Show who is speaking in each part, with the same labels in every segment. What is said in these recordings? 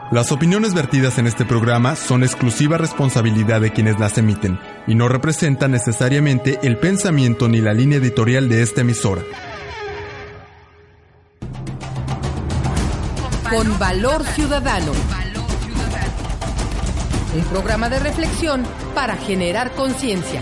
Speaker 1: Las opiniones vertidas en este programa son exclusiva responsabilidad de quienes las emiten y no representan necesariamente el pensamiento ni la línea editorial de esta emisora.
Speaker 2: Con Valor Ciudadano. Un programa de reflexión para generar conciencia.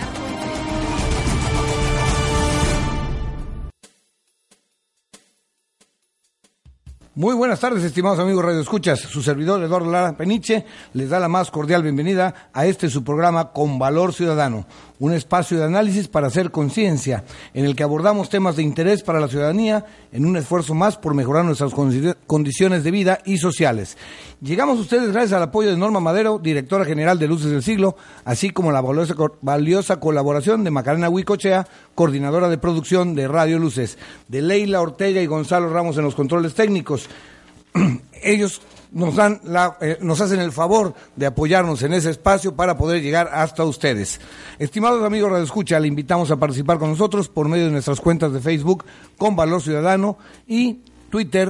Speaker 3: Muy buenas tardes, estimados amigos radioescuchas. Su servidor Eduardo Lara Peniche les da la más cordial bienvenida a su programa Con Valor Ciudadano, un espacio de análisis para hacer conciencia, en el que abordamos temas de interés para la ciudadanía en un esfuerzo más por mejorar nuestras condiciones de vida y sociales. Llegamos a ustedes gracias al apoyo de Norma Madero, directora general de Luces del Siglo, así como la valiosa colaboración de Macarena Huicochea, coordinadora de producción de Radio Luces, de Leila Ortega y Gonzalo Ramos en los controles técnicos. Ellos nos hacen el favor de apoyarnos en ese espacio para poder llegar hasta ustedes. Estimados amigos radioescucha, le invitamos a participar con nosotros por medio de nuestras cuentas de Facebook Con Valor Ciudadano y Twitter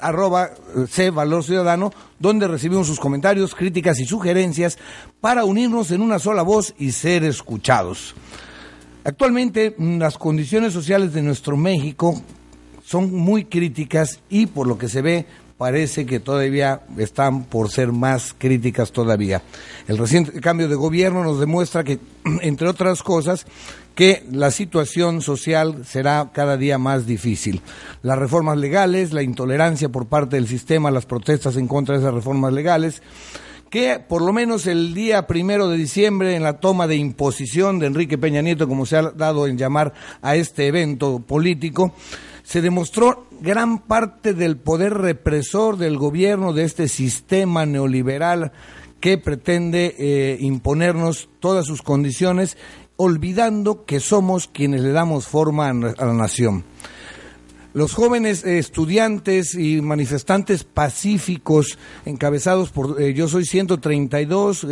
Speaker 3: @Valor Ciudadano, donde recibimos sus comentarios, críticas y sugerencias para unirnos en una sola voz y ser escuchados. Actualmente las condiciones sociales de nuestro México son muy críticas y por lo que se ve parece que todavía están por ser más críticas todavía. El reciente cambio de gobierno nos demuestra que, entre otras cosas, que la situación social será cada día más difícil. Las reformas legales, la intolerancia por parte del sistema, las protestas en contra de esas reformas legales, que por lo menos el día 1 de diciembre, en la toma de imposición de Enrique Peña Nieto, como se ha dado en llamar a este evento político, se demostró gran parte del poder represor del gobierno, de este sistema neoliberal que pretende imponernos todas sus condiciones, olvidando que somos quienes le damos forma a la nación. Los jóvenes estudiantes y manifestantes pacíficos encabezados por Yo Soy 132,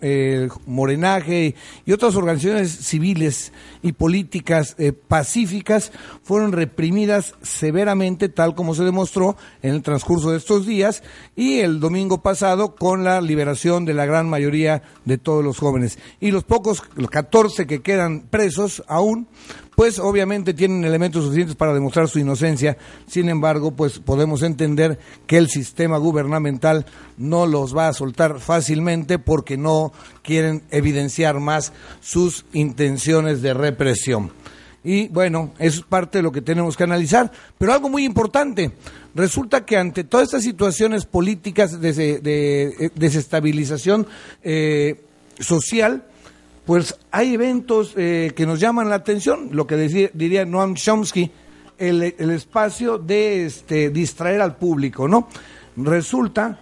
Speaker 3: Morenaje y otras organizaciones civiles y políticas pacíficas fueron reprimidas severamente, tal como se demostró en el transcurso de estos días y el domingo pasado con la liberación de la gran mayoría de todos los jóvenes. Y los 14 que quedan presos aún, pues obviamente tienen elementos suficientes para demostrar su inocencia. Sin embargo, pues podemos entender que el sistema gubernamental no los va a soltar fácilmente porque no quieren evidenciar más sus intenciones de represión. Y bueno, eso es parte de lo que tenemos que analizar. Pero algo muy importante, resulta que ante todas estas situaciones políticas de desestabilización social, pues hay eventos que nos llaman la atención, lo que diría Noam Chomsky, el espacio de distraer al público, ¿no? Resulta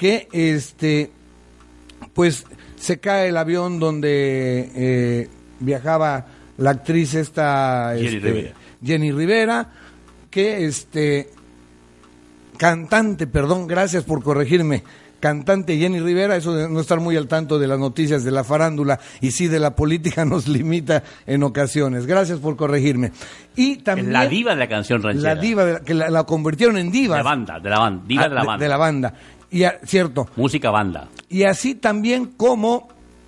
Speaker 3: que pues se cae el avión donde viajaba la actriz Jenny Rivera, que cantante, perdón, gracias por corregirme, cantante Jenny Rivera, eso de no estar muy al tanto de las noticias de la farándula y sí de la política nos limita en ocasiones. Gracias por corregirme. Y también
Speaker 4: la diva de la canción ranchera.
Speaker 3: La diva, que la convirtieron en diva.
Speaker 4: De la banda, diva de la banda.
Speaker 3: De la banda. Y cierto.
Speaker 4: Música banda.
Speaker 3: Y así también como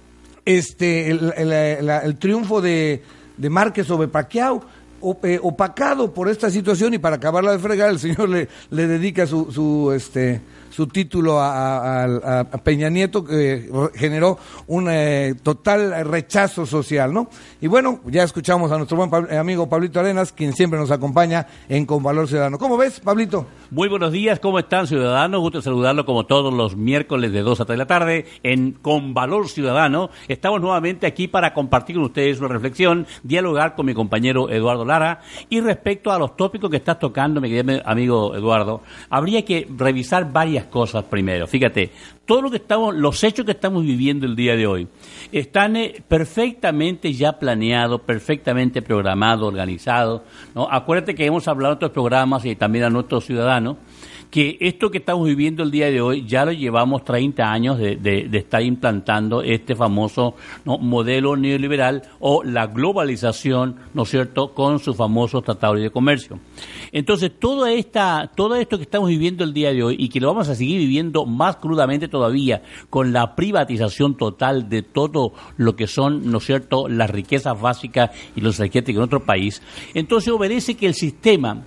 Speaker 3: el triunfo de Márquez sobre Pacquiao, opacado por esta situación, y para acabarla de fregar, el señor le dedica su título a Peña Nieto, que generó un total rechazo social, ¿no? Y bueno, ya escuchamos a nuestro buen amigo Pablito Arenas, quien siempre nos acompaña en Con Valor Ciudadano. ¿Cómo ves, Pablito?
Speaker 4: Muy buenos días, ¿cómo están, ciudadanos? Gusto saludarlo como todos los miércoles de 2 a 3 de la tarde en Con Valor Ciudadano. Estamos nuevamente aquí para compartir con ustedes una reflexión, dialogar con mi compañero Eduardo Lara, y respecto a los tópicos que estás tocando, mi querido amigo Eduardo, habría que revisar varias cosas primero. Fíjate, los hechos que estamos viviendo el día de hoy están perfectamente ya planeados, perfectamente programados, organizados, ¿no? Acuérdate que hemos hablado en otros programas y también a nuestros ciudadanos que esto que estamos viviendo el día de hoy ya lo llevamos 30 años de estar implantando este famoso, ¿no?, modelo neoliberal o la globalización, ¿no es cierto?, con su famoso Tratado de Comercio. Entonces, todo esto que estamos viviendo el día de hoy y que lo vamos a seguir viviendo más crudamente todavía con la privatización total de todo lo que son, ¿no es cierto?, las riquezas básicas y los energéticos en nuestro país, entonces obedece que el sistema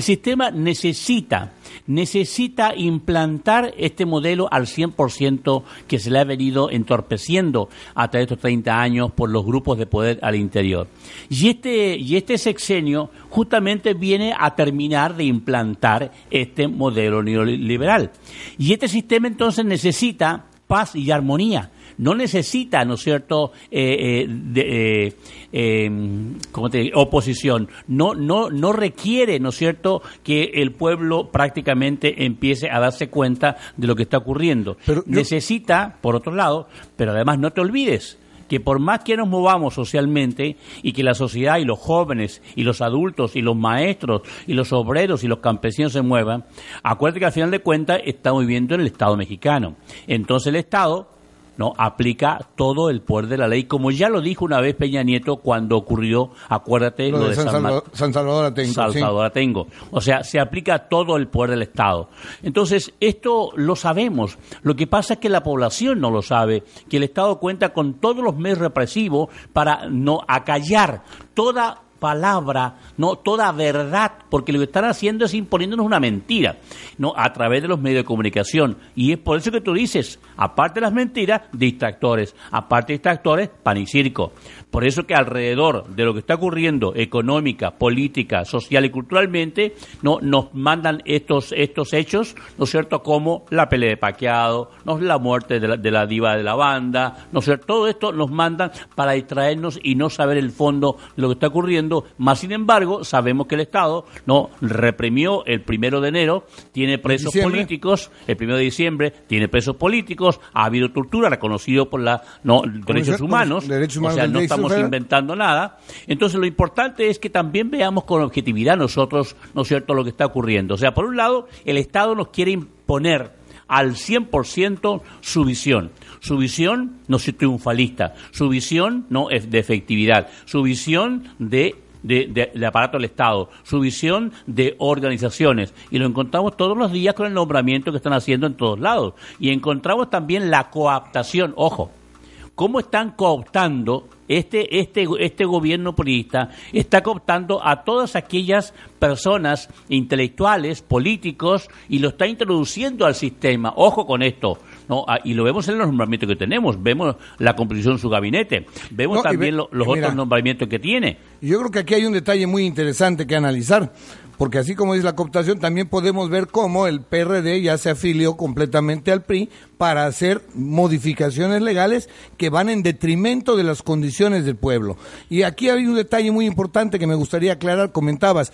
Speaker 4: necesita implantar este modelo al 100% que se le ha venido entorpeciendo a través de estos 30 años por los grupos de poder al interior. Y este sexenio justamente viene a terminar de implantar este modelo neoliberal. Y este sistema entonces necesita paz y armonía. No necesita, ¿no es cierto?, oposición. No requiere, ¿no es cierto?, que el pueblo prácticamente empiece a darse cuenta de lo que está ocurriendo. Necesita, por otro lado, pero además no te olvides que por más que nos movamos socialmente y que la sociedad y los jóvenes y los adultos y los maestros y los obreros y los campesinos se muevan, acuérdate que al final de cuentas estamos viviendo en el Estado mexicano. Entonces el Estado no aplica todo el poder de la ley, como ya lo dijo una vez Peña Nieto cuando ocurrió, acuérdate, lo de
Speaker 3: San Salvador Atenco.
Speaker 4: Salvador Atenco. O sea, se aplica todo el poder del Estado. Entonces, esto lo sabemos. Lo que pasa es que la población no lo sabe, que el Estado cuenta con todos los medios represivos para no acallar toda palabra, no toda verdad, porque lo que están haciendo es imponiéndonos una mentira, no, a través de los medios de comunicación. Y es por eso que tú dices, aparte de las mentiras, distractores, aparte de distractores, pan y circo. Por eso que alrededor de lo que está ocurriendo económica, política, social y culturalmente, no nos mandan estos hechos, ¿no es cierto?, como la pelea de Pacquiao, no, la muerte de la diva de la banda, ¿no es cierto? Todo esto nos mandan para distraernos y no saber el fondo de lo que está ocurriendo. Más sin embargo, sabemos que el Estado no reprimió el 1 de enero, tiene presos políticos, el 1 de diciembre tiene presos políticos, ha habido tortura reconocido por derechos humanos, o sea, no estamos inventando nada. Entonces lo importante es que también veamos con objetividad nosotros, ¿no es cierto?, lo que está ocurriendo. O sea, por un lado, el Estado nos quiere imponer al 100% su visión no es triunfalista, su visión no es de efectividad, su visión de aparato del Estado, su visión de organizaciones, y lo encontramos todos los días con el nombramiento que están haciendo en todos lados, y encontramos también la cooptación. Ojo, cómo están cooptando este gobierno priista, está cooptando a todas aquellas personas intelectuales, políticos, y lo está introduciendo al sistema. Ojo con esto, ¿no? Y lo vemos en los nombramientos que tenemos, vemos la composición de su gabinete, vemos también los otros nombramientos que tiene.
Speaker 3: Yo creo que aquí hay un detalle muy interesante que analizar, porque así como dice la cooptación, también podemos ver cómo el PRD ya se afilió completamente al PRI para hacer modificaciones legales que van en detrimento de las condiciones del pueblo. Y aquí hay un detalle muy importante que me gustaría aclarar. Comentabas,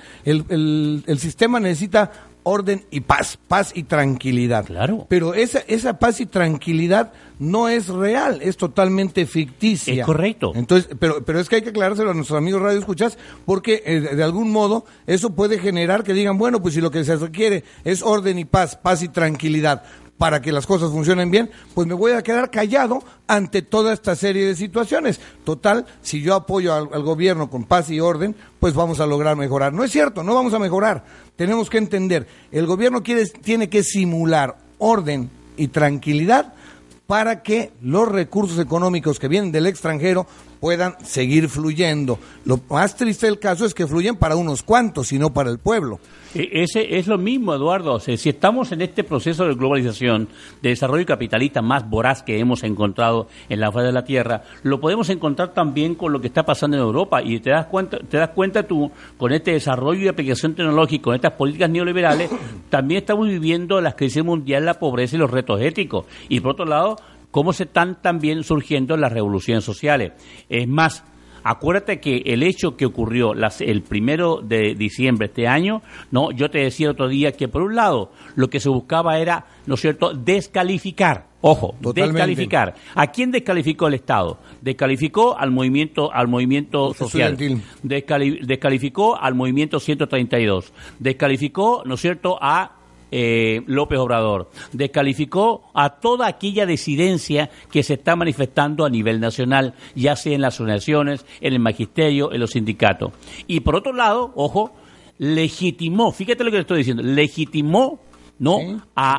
Speaker 3: el sistema necesita orden y paz y tranquilidad.
Speaker 4: Claro.
Speaker 3: Pero esa paz y tranquilidad no es real, es totalmente ficticia.
Speaker 4: Es correcto.
Speaker 3: Entonces, pero es que hay que aclarárselo a nuestros amigos radioescuchas, porque de algún modo eso puede generar que digan, bueno, pues si lo que se requiere es orden y paz y tranquilidad para que las cosas funcionen bien, pues me voy a quedar callado ante toda esta serie de situaciones. Total, si yo apoyo al gobierno con paz y orden, pues vamos a lograr mejorar. No es cierto, no vamos a mejorar. Tenemos que entender, el gobierno tiene que simular orden y tranquilidad para que los recursos económicos que vienen del extranjero puedan seguir fluyendo. Lo más triste del caso es que fluyen para unos cuantos y no para el pueblo.
Speaker 4: Ese es lo mismo, Eduardo. O sea, si estamos en este proceso de globalización, de desarrollo capitalista más voraz que hemos encontrado en la faz de la Tierra, lo podemos encontrar también con lo que está pasando en Europa. Y te das cuenta tú, con este desarrollo y aplicación tecnológica, con estas políticas neoliberales, también estamos viviendo la crisis mundial, la pobreza y los retos éticos. Y por otro lado, cómo se están también surgiendo las revoluciones sociales. Es más, acuérdate que el hecho que ocurrió el 1 de diciembre de este año, no, yo te decía otro día que por un lado lo que se buscaba era, ¿no es cierto?, descalificar. Ojo, totalmente. Descalificar. ¿A quién descalificó el Estado? Descalificó al movimiento social. Descalificó al movimiento 132. Descalificó, ¿no es cierto?, a López Obrador. Descalificó a toda aquella disidencia que se está manifestando a nivel nacional, ya sea en las asociaciones, en el magisterio, en los sindicatos. Y por otro lado, ojo, legitimó, fíjate lo que le estoy diciendo, legitimó
Speaker 3: Sí.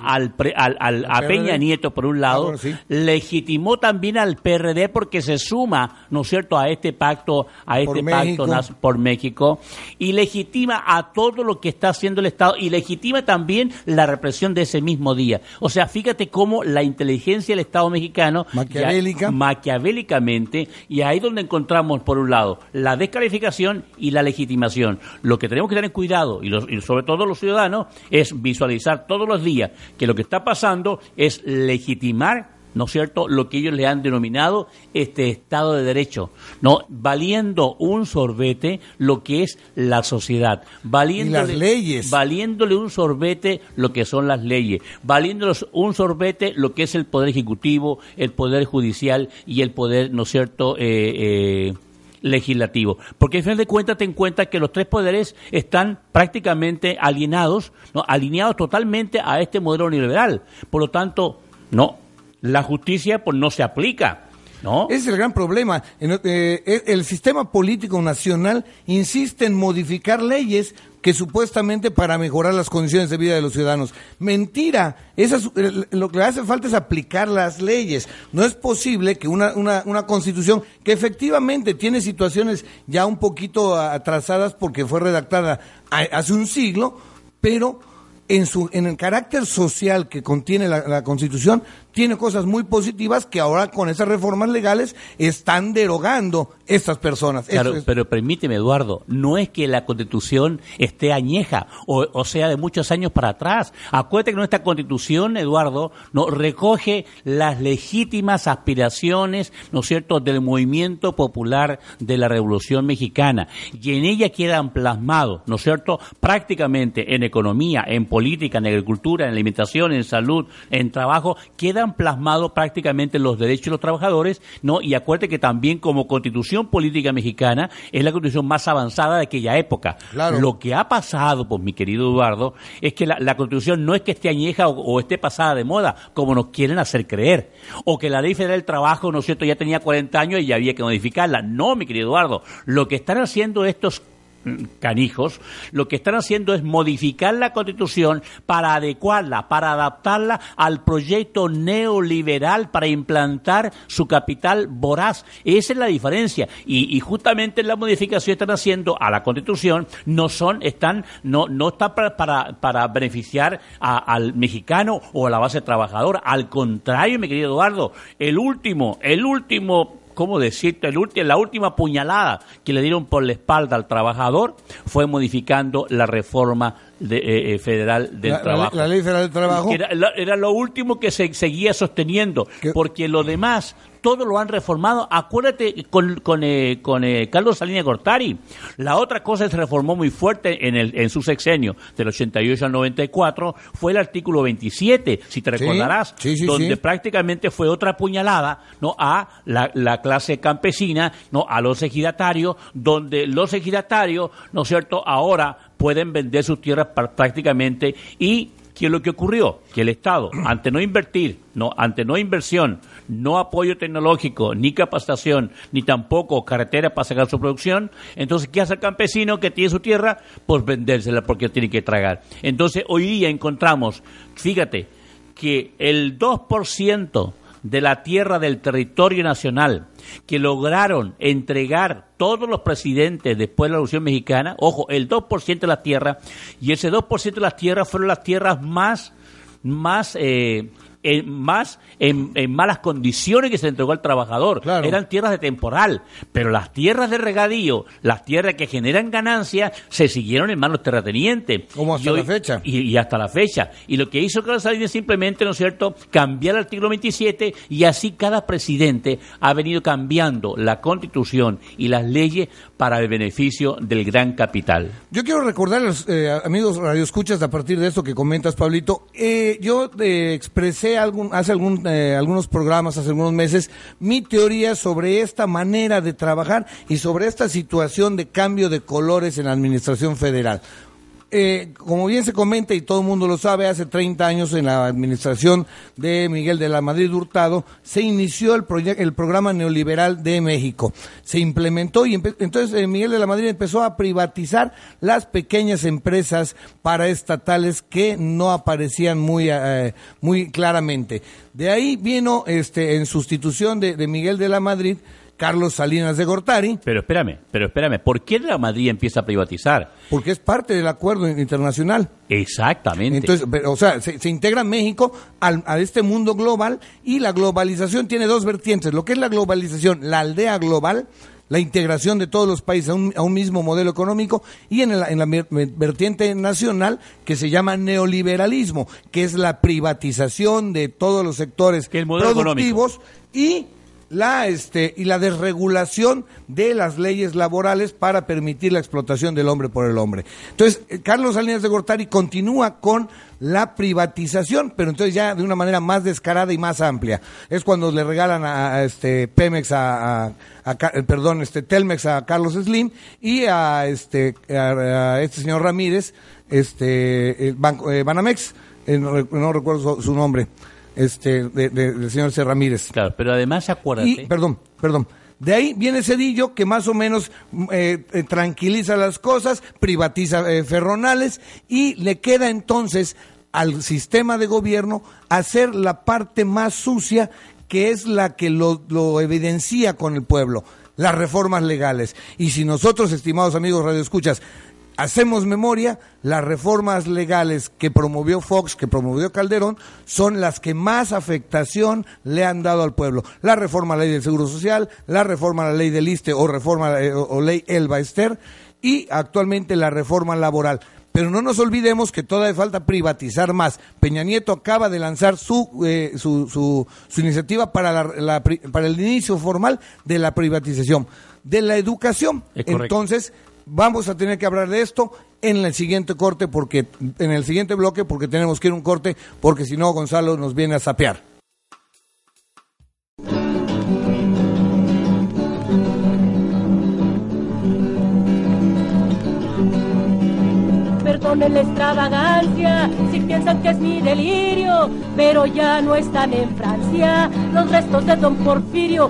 Speaker 4: a Peña Nieto por un lado,
Speaker 3: bueno, sí.
Speaker 4: legitimó también al PRD porque se suma, ¿no es cierto?, a este pacto, por México, y legitima a todo lo que está haciendo el Estado y legitima también la represión de ese mismo día. O sea, fíjate cómo la inteligencia del Estado mexicano maquiavélicamente, y ahí donde encontramos por un lado la descalificación y la legitimación. Lo que tenemos que tener cuidado y sobre todo los ciudadanos es visualizar todos los días que lo que está pasando es legitimar, ¿no es cierto?, lo que ellos le han denominado este Estado de Derecho, ¿no? Valiendo un sorbete lo que es la sociedad,
Speaker 3: y las leyes,
Speaker 4: valiéndole un sorbete lo que son las leyes, valiéndoles un sorbete lo que es el Poder Ejecutivo, el Poder Judicial y el Poder, ¿no es cierto?, legislativo, porque al final de cuentas ten en cuenta que los tres poderes están prácticamente alineados totalmente a este modelo neoliberal. Por lo tanto, no, la justicia pues no se aplica, ¿no?
Speaker 3: Ese es el gran problema. El sistema político nacional insiste en modificar leyes que supuestamente para mejorar las condiciones de vida de los ciudadanos. Mentira. Lo que hace falta es aplicar las leyes. No es posible que una constitución que efectivamente tiene situaciones ya un poquito atrasadas porque fue redactada hace un siglo, pero en el carácter social que contiene la Constitución, tiene cosas muy positivas que ahora con esas reformas legales están derogando estas personas.
Speaker 4: Claro, pero permíteme, Eduardo, no es que la Constitución esté añeja o sea de muchos años para atrás. Acuérdate que nuestra Constitución, Eduardo, no recoge las legítimas aspiraciones, ¿no es cierto?, del movimiento popular de la Revolución Mexicana, y en ella quedan plasmados, ¿no es cierto?, prácticamente en economía, en política, en agricultura, en alimentación, en salud, en trabajo, quedan plasmados prácticamente los derechos de los trabajadores, ¿no? Y acuérdate que también como Constitución política mexicana es la Constitución más avanzada de aquella época.
Speaker 3: Claro.
Speaker 4: Lo que ha pasado, pues mi querido Eduardo, es que la Constitución no es que esté añeja o esté pasada de moda, como nos quieren hacer creer, o que la Ley Federal del Trabajo, ¿no es cierto?, ya tenía 40 años y ya había que modificarla. No, mi querido Eduardo, lo que están haciendo estos canijos, lo que están haciendo es modificar la Constitución para adecuarla, para adaptarla al proyecto neoliberal, para implantar su capital voraz. Esa es la diferencia. Y justamente la modificación que están haciendo a la Constitución no está para beneficiar al mexicano o a la base trabajadora. Al contrario, mi querido Eduardo, el último ¿cómo decirte? La última puñalada que le dieron por la espalda al trabajador fue modificando la reforma federal del trabajo.
Speaker 3: La ley federal del trabajo.
Speaker 4: Era lo último que se seguía sosteniendo, porque lo demás todo lo han reformado. Acuérdate con Carlos Salinas de Gortari. La otra cosa que se reformó muy fuerte en su sexenio, del 88 al 94, fue el artículo 27, si te recordarás, donde prácticamente fue otra puñalada, ¿no?, a la clase campesina, ¿no?, a los ejidatarios, donde los ejidatarios, ¿no es cierto?, ahora pueden vender sus tierras prácticamente. Y ¿qué es lo que ocurrió? Que el Estado, ante no inversión, no apoyo tecnológico, ni capacitación, ni tampoco carretera para sacar su producción, entonces, ¿qué hace el campesino que tiene su tierra? Pues vendérsela porque tiene que tragar. Entonces, hoy día encontramos, fíjate, que el 2% de la tierra del territorio nacional que lograron entregar todos los presidentes después de la Revolución Mexicana, ojo, el 2% de las tierras, y ese 2% de las tierras fueron las tierras más en malas condiciones que se le entregó al trabajador. Claro. Eran tierras de temporal, pero las tierras de regadío, las tierras que generan ganancias, se siguieron en manos terratenientes.
Speaker 3: Como hasta la fecha.
Speaker 4: Y hasta la fecha. Y lo que hizo Carlos Salinas simplemente, ¿no es cierto?, cambiar el artículo 27, y así cada presidente ha venido cambiando la Constitución y las leyes para el beneficio del gran capital.
Speaker 3: Yo quiero recordar a los amigos radioescuchas, a partir de esto que comentas, Pablito, yo expresé hace algunos programas, hace algunos meses, mi teoría sobre esta manera de trabajar y sobre esta situación de cambio de colores en la administración federal. como bien se comenta y todo el mundo lo sabe, hace 30 años en la administración de Miguel de la Madrid Hurtado se inició el programa neoliberal de México. Se implementó y entonces Miguel de la Madrid empezó a privatizar las pequeñas empresas paraestatales que no aparecían muy claramente. De ahí vino en sustitución de Miguel de la Madrid Carlos Salinas de Gortari.
Speaker 4: Pero espérame, ¿por qué la Madrid empieza a privatizar?
Speaker 3: Porque es parte del acuerdo internacional.
Speaker 4: Exactamente.
Speaker 3: Entonces, se integra México a este mundo global, y la globalización tiene dos vertientes. Lo que es la globalización, la aldea global, la integración de todos los países a un mismo modelo económico, y en la vertiente nacional, que se llama neoliberalismo, que es la privatización de todos los sectores productivos y la desregulación de las leyes laborales para permitir la explotación del hombre por el hombre. Entonces, Carlos Salinas de Gortari continúa con la privatización, pero entonces ya de una manera más descarada y más amplia. Es cuando le regalan a Pemex Telmex a Carlos Slim, y a este señor Ramírez, el banco, Banamex, no recuerdo su nombre. Del señor C. Ramírez.
Speaker 4: Claro, pero además acuérdate.
Speaker 3: Y, perdón. De ahí viene Zedillo, que más o menos tranquiliza las cosas, privatiza ferronales, y le queda entonces al sistema de gobierno hacer la parte más sucia, que es la que lo evidencia con el pueblo, las reformas legales. Y si nosotros, estimados amigos radioescuchas, hacemos memoria, las reformas legales que promovió Fox, que promovió Calderón, son las que más afectación le han dado al pueblo. La reforma a la ley del Seguro Social, la reforma a la ley del ISSSTE o ley Elba Ester, y actualmente la reforma laboral. Pero no nos olvidemos que todavía falta privatizar más. Peña Nieto acaba de lanzar su iniciativa para el inicio formal de la privatización de la educación. Entonces, vamos a tener que hablar de esto en el siguiente bloque, porque tenemos que ir a un corte, porque si no Gonzalo nos viene a sapear.
Speaker 5: Perdonen la extravagancia si piensan que es mi delirio, pero ya no están en Francia los restos de don Porfirio.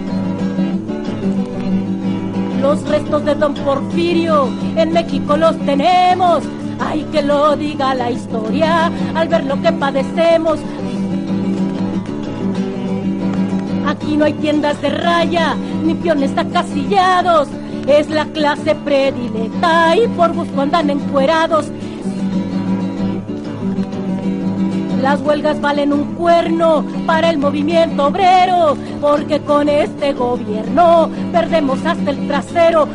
Speaker 5: Los restos de don Porfirio en México los tenemos. Ay, que lo diga la historia al ver lo que padecemos. Aquí no hay tiendas de raya ni peones acasillados. Es la clase predilecta y por gusto andan encuerados. Las huelgas valen un cuerno para el movimiento obrero, porque con este gobierno perdemos hasta el trasero.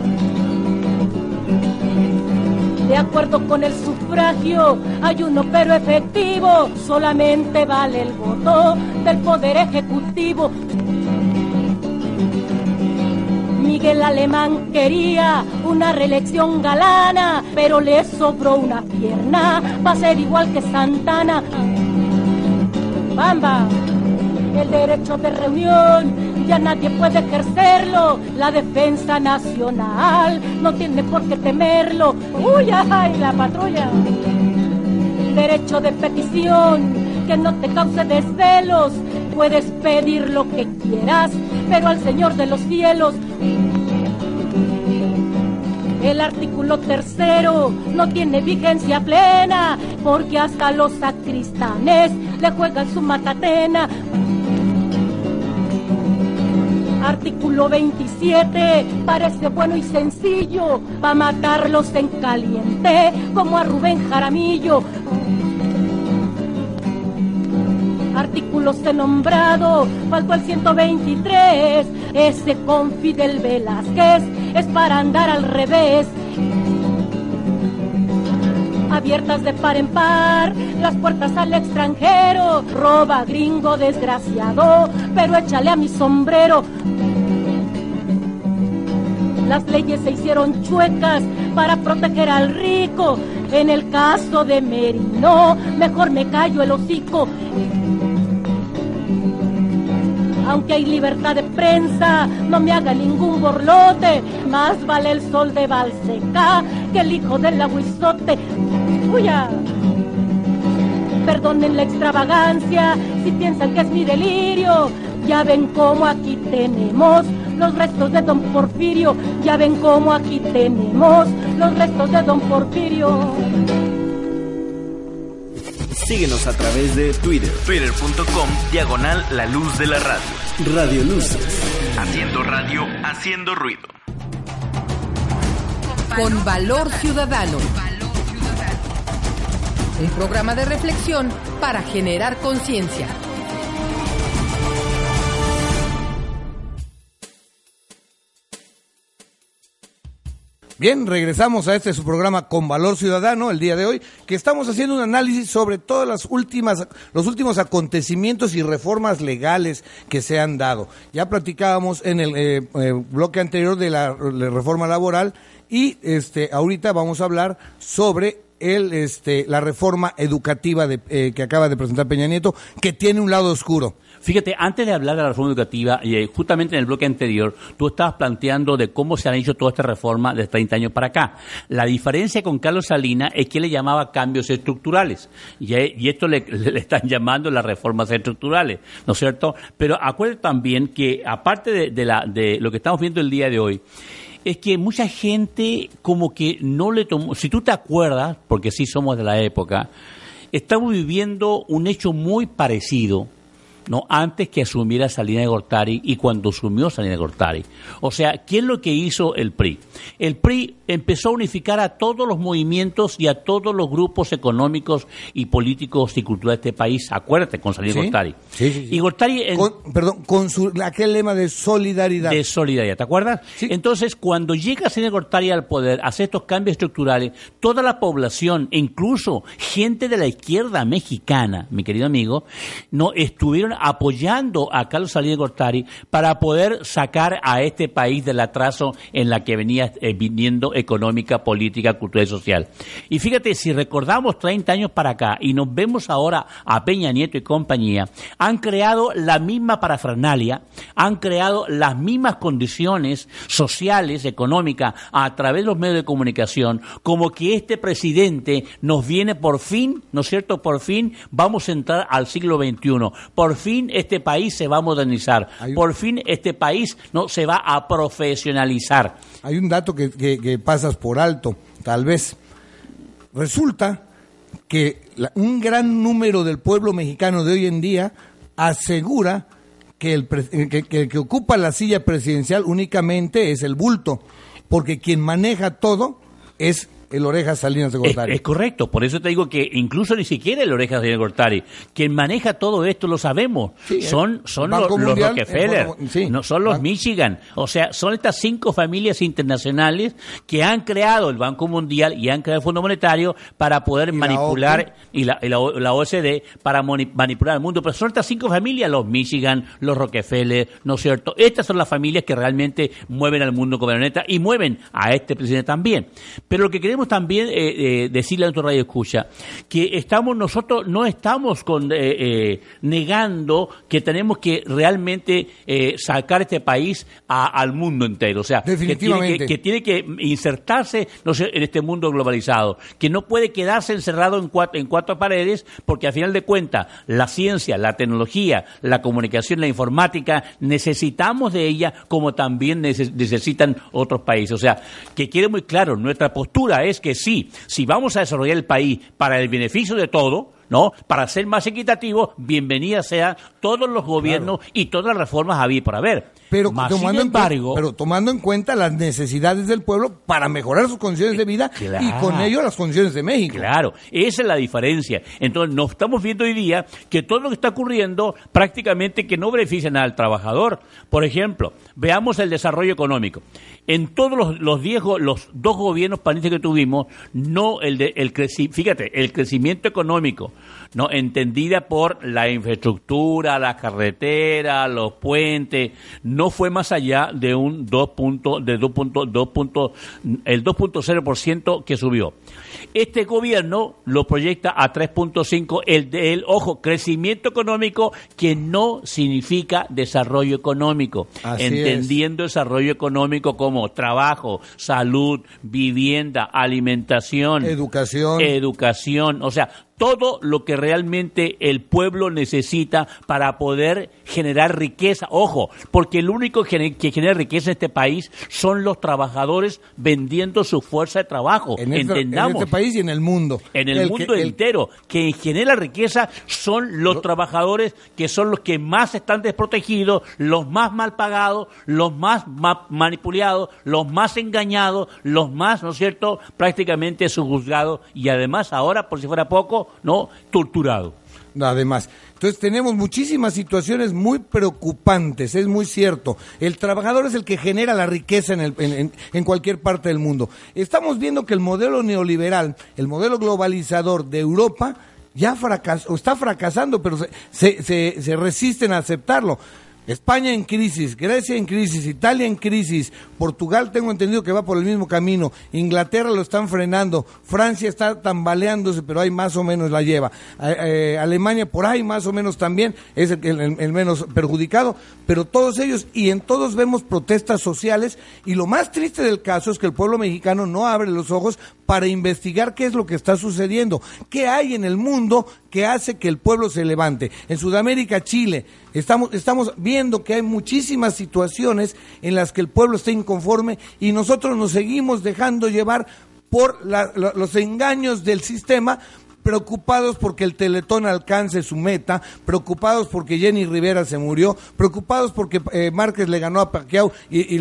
Speaker 5: De acuerdo con el sufragio, hay uno pero efectivo, solamente vale el voto del Poder Ejecutivo. Miguel Alemán quería una reelección galana, pero le sobró una pierna, va a ser igual que Santana. Bamba, el derecho de reunión ya nadie puede ejercerlo, la defensa nacional no tiene por qué temerlo. ¡Uy, ay, la patrulla! Derecho de petición, que no te cause desvelos, puedes pedir lo que quieras, pero al Señor de los cielos. El artículo 3º no tiene vigencia plena, porque hasta los sacristanes le juegan su matatena. Artículo 27 parece bueno y sencillo, va a matarlos en caliente como a Rubén Jaramillo. Artículo C nombrado, faltó el 123, ese con Fidel Velázquez es para andar al revés. Abiertas de par en par las puertas al extranjero, roba gringo desgraciado, pero échale a mi sombrero. Las leyes se hicieron chuecas para proteger al rico, en el caso de Merino mejor me callo el hocico. Aunque hay libertad de prensa, no me haga ningún borlote, más vale el sol de Balseca que el hijo del aguizote. ¡Uya! Perdonen la extravagancia si piensan que es mi delirio. Ya ven cómo aquí tenemos los restos de don Porfirio. Ya ven cómo aquí tenemos los restos de don Porfirio.
Speaker 6: Síguenos a través de Twitter,
Speaker 7: twitter.com/La Luz de la Radio.
Speaker 6: Radio Luces.
Speaker 7: Haciendo radio, haciendo ruido.
Speaker 2: Con Valor Ciudadano. Un programa de reflexión para generar conciencia.
Speaker 3: Bien, regresamos a su programa Con Valor Ciudadano el día de hoy, que estamos haciendo un análisis sobre todas los últimos acontecimientos y reformas legales que se han dado. Ya platicábamos en el bloque anterior de la reforma laboral y ahorita vamos a hablar sobre la reforma educativa que acaba de presentar Peña Nieto, que tiene un lado oscuro.
Speaker 4: Fíjate, antes de hablar de la reforma educativa, justamente en el bloque anterior, tú estabas planteando de cómo se han hecho toda esta reforma de 30 años para acá. La diferencia con Carlos Salinas es que él le llamaba cambios estructurales, y esto le están llamando las reformas estructurales, ¿no es cierto? Pero acuérdate también que, aparte de lo que estamos viendo el día de hoy, es que mucha gente como que no le tomó, si tú te acuerdas, porque sí somos de la época, estamos viviendo un hecho muy parecido, ¿no? Antes que asumiera Salinas de Gortari y cuando asumió Salinas de Gortari. O sea, ¿qué es lo que hizo el PRI? El PRI empezó a unificar a todos los movimientos y a todos los grupos económicos y políticos y culturales de este país. Acuérdate, con Salinas de Gortari.
Speaker 3: Sí.
Speaker 4: Y Gortari...
Speaker 3: con aquel lema de solidaridad.
Speaker 4: De solidaridad, ¿te acuerdas?
Speaker 3: Sí.
Speaker 4: Entonces, cuando llega Salinas de Gortari al poder, hace estos cambios estructurales, toda la población, incluso gente de la izquierda mexicana, mi querido amigo, no estuvieron apoyando a Carlos Salinas de Gortari para poder sacar a este país del atraso en la que venía viniendo económica, política, cultural y social. Y fíjate, si recordamos 30 años para acá y nos vemos ahora a Peña Nieto y compañía, han creado la misma parafernalia, han creado las mismas condiciones sociales, económicas, a través de los medios de comunicación, como que este presidente nos viene por fin, ¿no es cierto? Por fin vamos a entrar al siglo XXI. Por fin este país se va a modernizar. Por fin este país no se va a profesionalizar.
Speaker 3: Hay un dato que pasas por alto, tal vez. Resulta que un gran número del pueblo mexicano de hoy en día asegura que el que ocupa la silla presidencial únicamente es el bulto, porque quien maneja todo es el Orejas Salinas de Gortari. Es
Speaker 4: correcto, por eso te digo que incluso ni siquiera el Orejas Salinas de Gortari, quien maneja todo esto lo sabemos, sí, son los Rockefeller, no son los Michigan, o sea, son estas 5 familias internacionales que han creado el Banco Mundial y han creado el Fondo Monetario para poder manipular, y la OSD para manipular el mundo, pero son estas 5 familias, los Michigan, los Rockefeller, ¿no es cierto? Estas son las familias que realmente mueven al mundo como planeta y mueven a este presidente también. Pero lo que queremos también decirle a nuestro radio escucha que nosotros no estamos negando que tenemos que realmente sacar este país al mundo entero, o sea,
Speaker 3: definitivamente
Speaker 4: que tiene que insertarse, no sé, en este mundo globalizado, que no puede quedarse encerrado en cuatro paredes, porque al final de cuentas la ciencia, la tecnología, la comunicación, la informática, necesitamos de ella como también necesitan otros países. O sea, que quede muy claro, nuestra postura es que sí, si vamos a desarrollar el país para el beneficio de todo, ¿no? Para ser más equitativo, bienvenida sean todos los gobiernos, claro, y todas las reformas había para ver.
Speaker 3: Pero tomando en cuenta las necesidades del pueblo para mejorar sus condiciones de vida, claro, y con ello las condiciones de México.
Speaker 4: Claro, esa es la diferencia. Entonces, nos estamos viendo hoy día que todo lo que está ocurriendo prácticamente que no beneficia al trabajador. Por ejemplo, veamos el desarrollo económico. En todos los 2 gobiernos panistas que tuvimos, no el crecimiento económico no entendida por la infraestructura, la carretera, los puentes, no fue más allá de el 2.0% que subió. Este gobierno lo proyecta a 3.5, ojo, crecimiento económico que no significa desarrollo económico.
Speaker 3: Así
Speaker 4: entendiendo desarrollo económico como trabajo, salud, vivienda, alimentación, educación, o sea, todo lo que realmente el pueblo necesita para poder generar riqueza. Ojo, porque el único que genera riqueza en este país son los trabajadores vendiendo su fuerza de trabajo. Entendamos.
Speaker 3: En este país y en el mundo.
Speaker 4: En el mundo entero. Que genera riqueza son los trabajadores, que son los que más están desprotegidos, los más mal pagados, los más manipulados, los más engañados, los más, ¿no es cierto?, prácticamente subjuzgados y además ahora, por si fuera poco, no, torturado.
Speaker 3: Además, entonces tenemos muchísimas situaciones muy preocupantes, es muy cierto. El trabajador es el que genera la riqueza en cualquier parte del mundo. Estamos viendo que el modelo neoliberal, el modelo globalizador de Europa, ya está fracasando, pero se resisten a aceptarlo. España en crisis, Grecia en crisis, Italia en crisis, Portugal tengo entendido que va por el mismo camino, Inglaterra lo están frenando, Francia está tambaleándose, pero ahí más o menos la lleva, Alemania por ahí más o menos también es el menos perjudicado, pero todos ellos, y en todos vemos protestas sociales, y lo más triste del caso es que el pueblo mexicano no abre los ojos para investigar qué es lo que está sucediendo, qué hay en el mundo que hace que el pueblo se levante. En Sudamérica, Chile, estamos viendo que hay muchísimas situaciones en las que el pueblo está inconforme y nosotros nos seguimos dejando llevar por los engaños del sistema, preocupados porque el Teletón alcance su meta, preocupados porque Jenny Rivera se murió, preocupados porque Márquez le ganó a Pacquiao y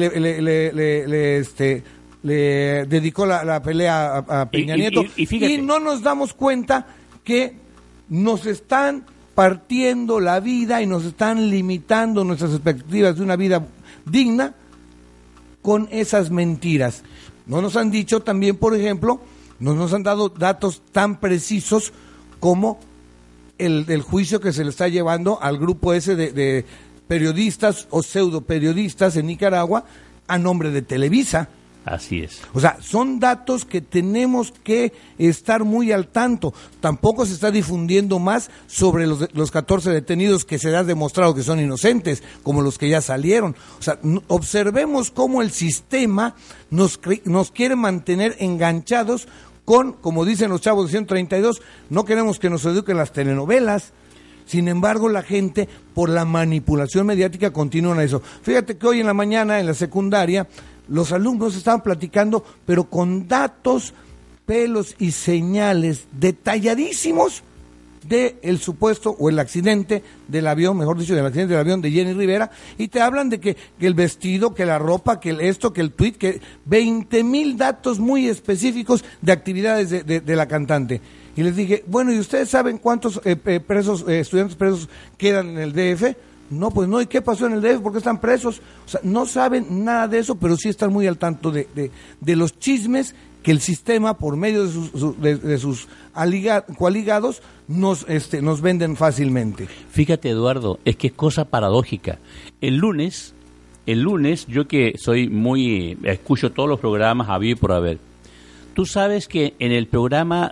Speaker 3: le dedicó la pelea a Peña Nieto y no nos damos cuenta que nos están partiendo la vida y nos están limitando nuestras expectativas de una vida digna con esas mentiras. No nos han dicho también, por ejemplo, no nos han dado datos tan precisos como el juicio que se le está llevando al grupo ese de periodistas o pseudo periodistas en Nicaragua a nombre de Televisa.
Speaker 4: Así es.
Speaker 3: O sea, son datos que tenemos que estar muy al tanto. Tampoco se está difundiendo más sobre los 14 detenidos que se ha demostrado que son inocentes, como los que ya salieron. O sea, observemos cómo el sistema nos quiere mantener enganchados con, como dicen los chavos de 132, no queremos que nos eduquen las telenovelas. Sin embargo, la gente, por la manipulación mediática, continúa en eso. Fíjate que hoy en la mañana, en la secundaria, los alumnos estaban platicando, pero con datos, pelos y señales detalladísimos del supuesto o el accidente del avión, mejor dicho, del accidente del avión de Jenny Rivera, y te hablan de que el vestido, que la ropa, que esto, que el tuit, que 20,000 datos muy específicos de actividades de la cantante. Y les dije, bueno, ¿y ustedes saben cuántos estudiantes presos quedan en el DF? No, pues no, ¿y qué pasó en el DF? ¿Por qué están presos? O sea, no saben nada de eso, pero sí están muy al tanto de los chismes que el sistema, por medio de sus coaligados, nos venden fácilmente.
Speaker 4: Fíjate, Eduardo, es que es cosa paradójica. El lunes, yo que soy escucho todos los programas habido y por haber. Tú sabes que en el programa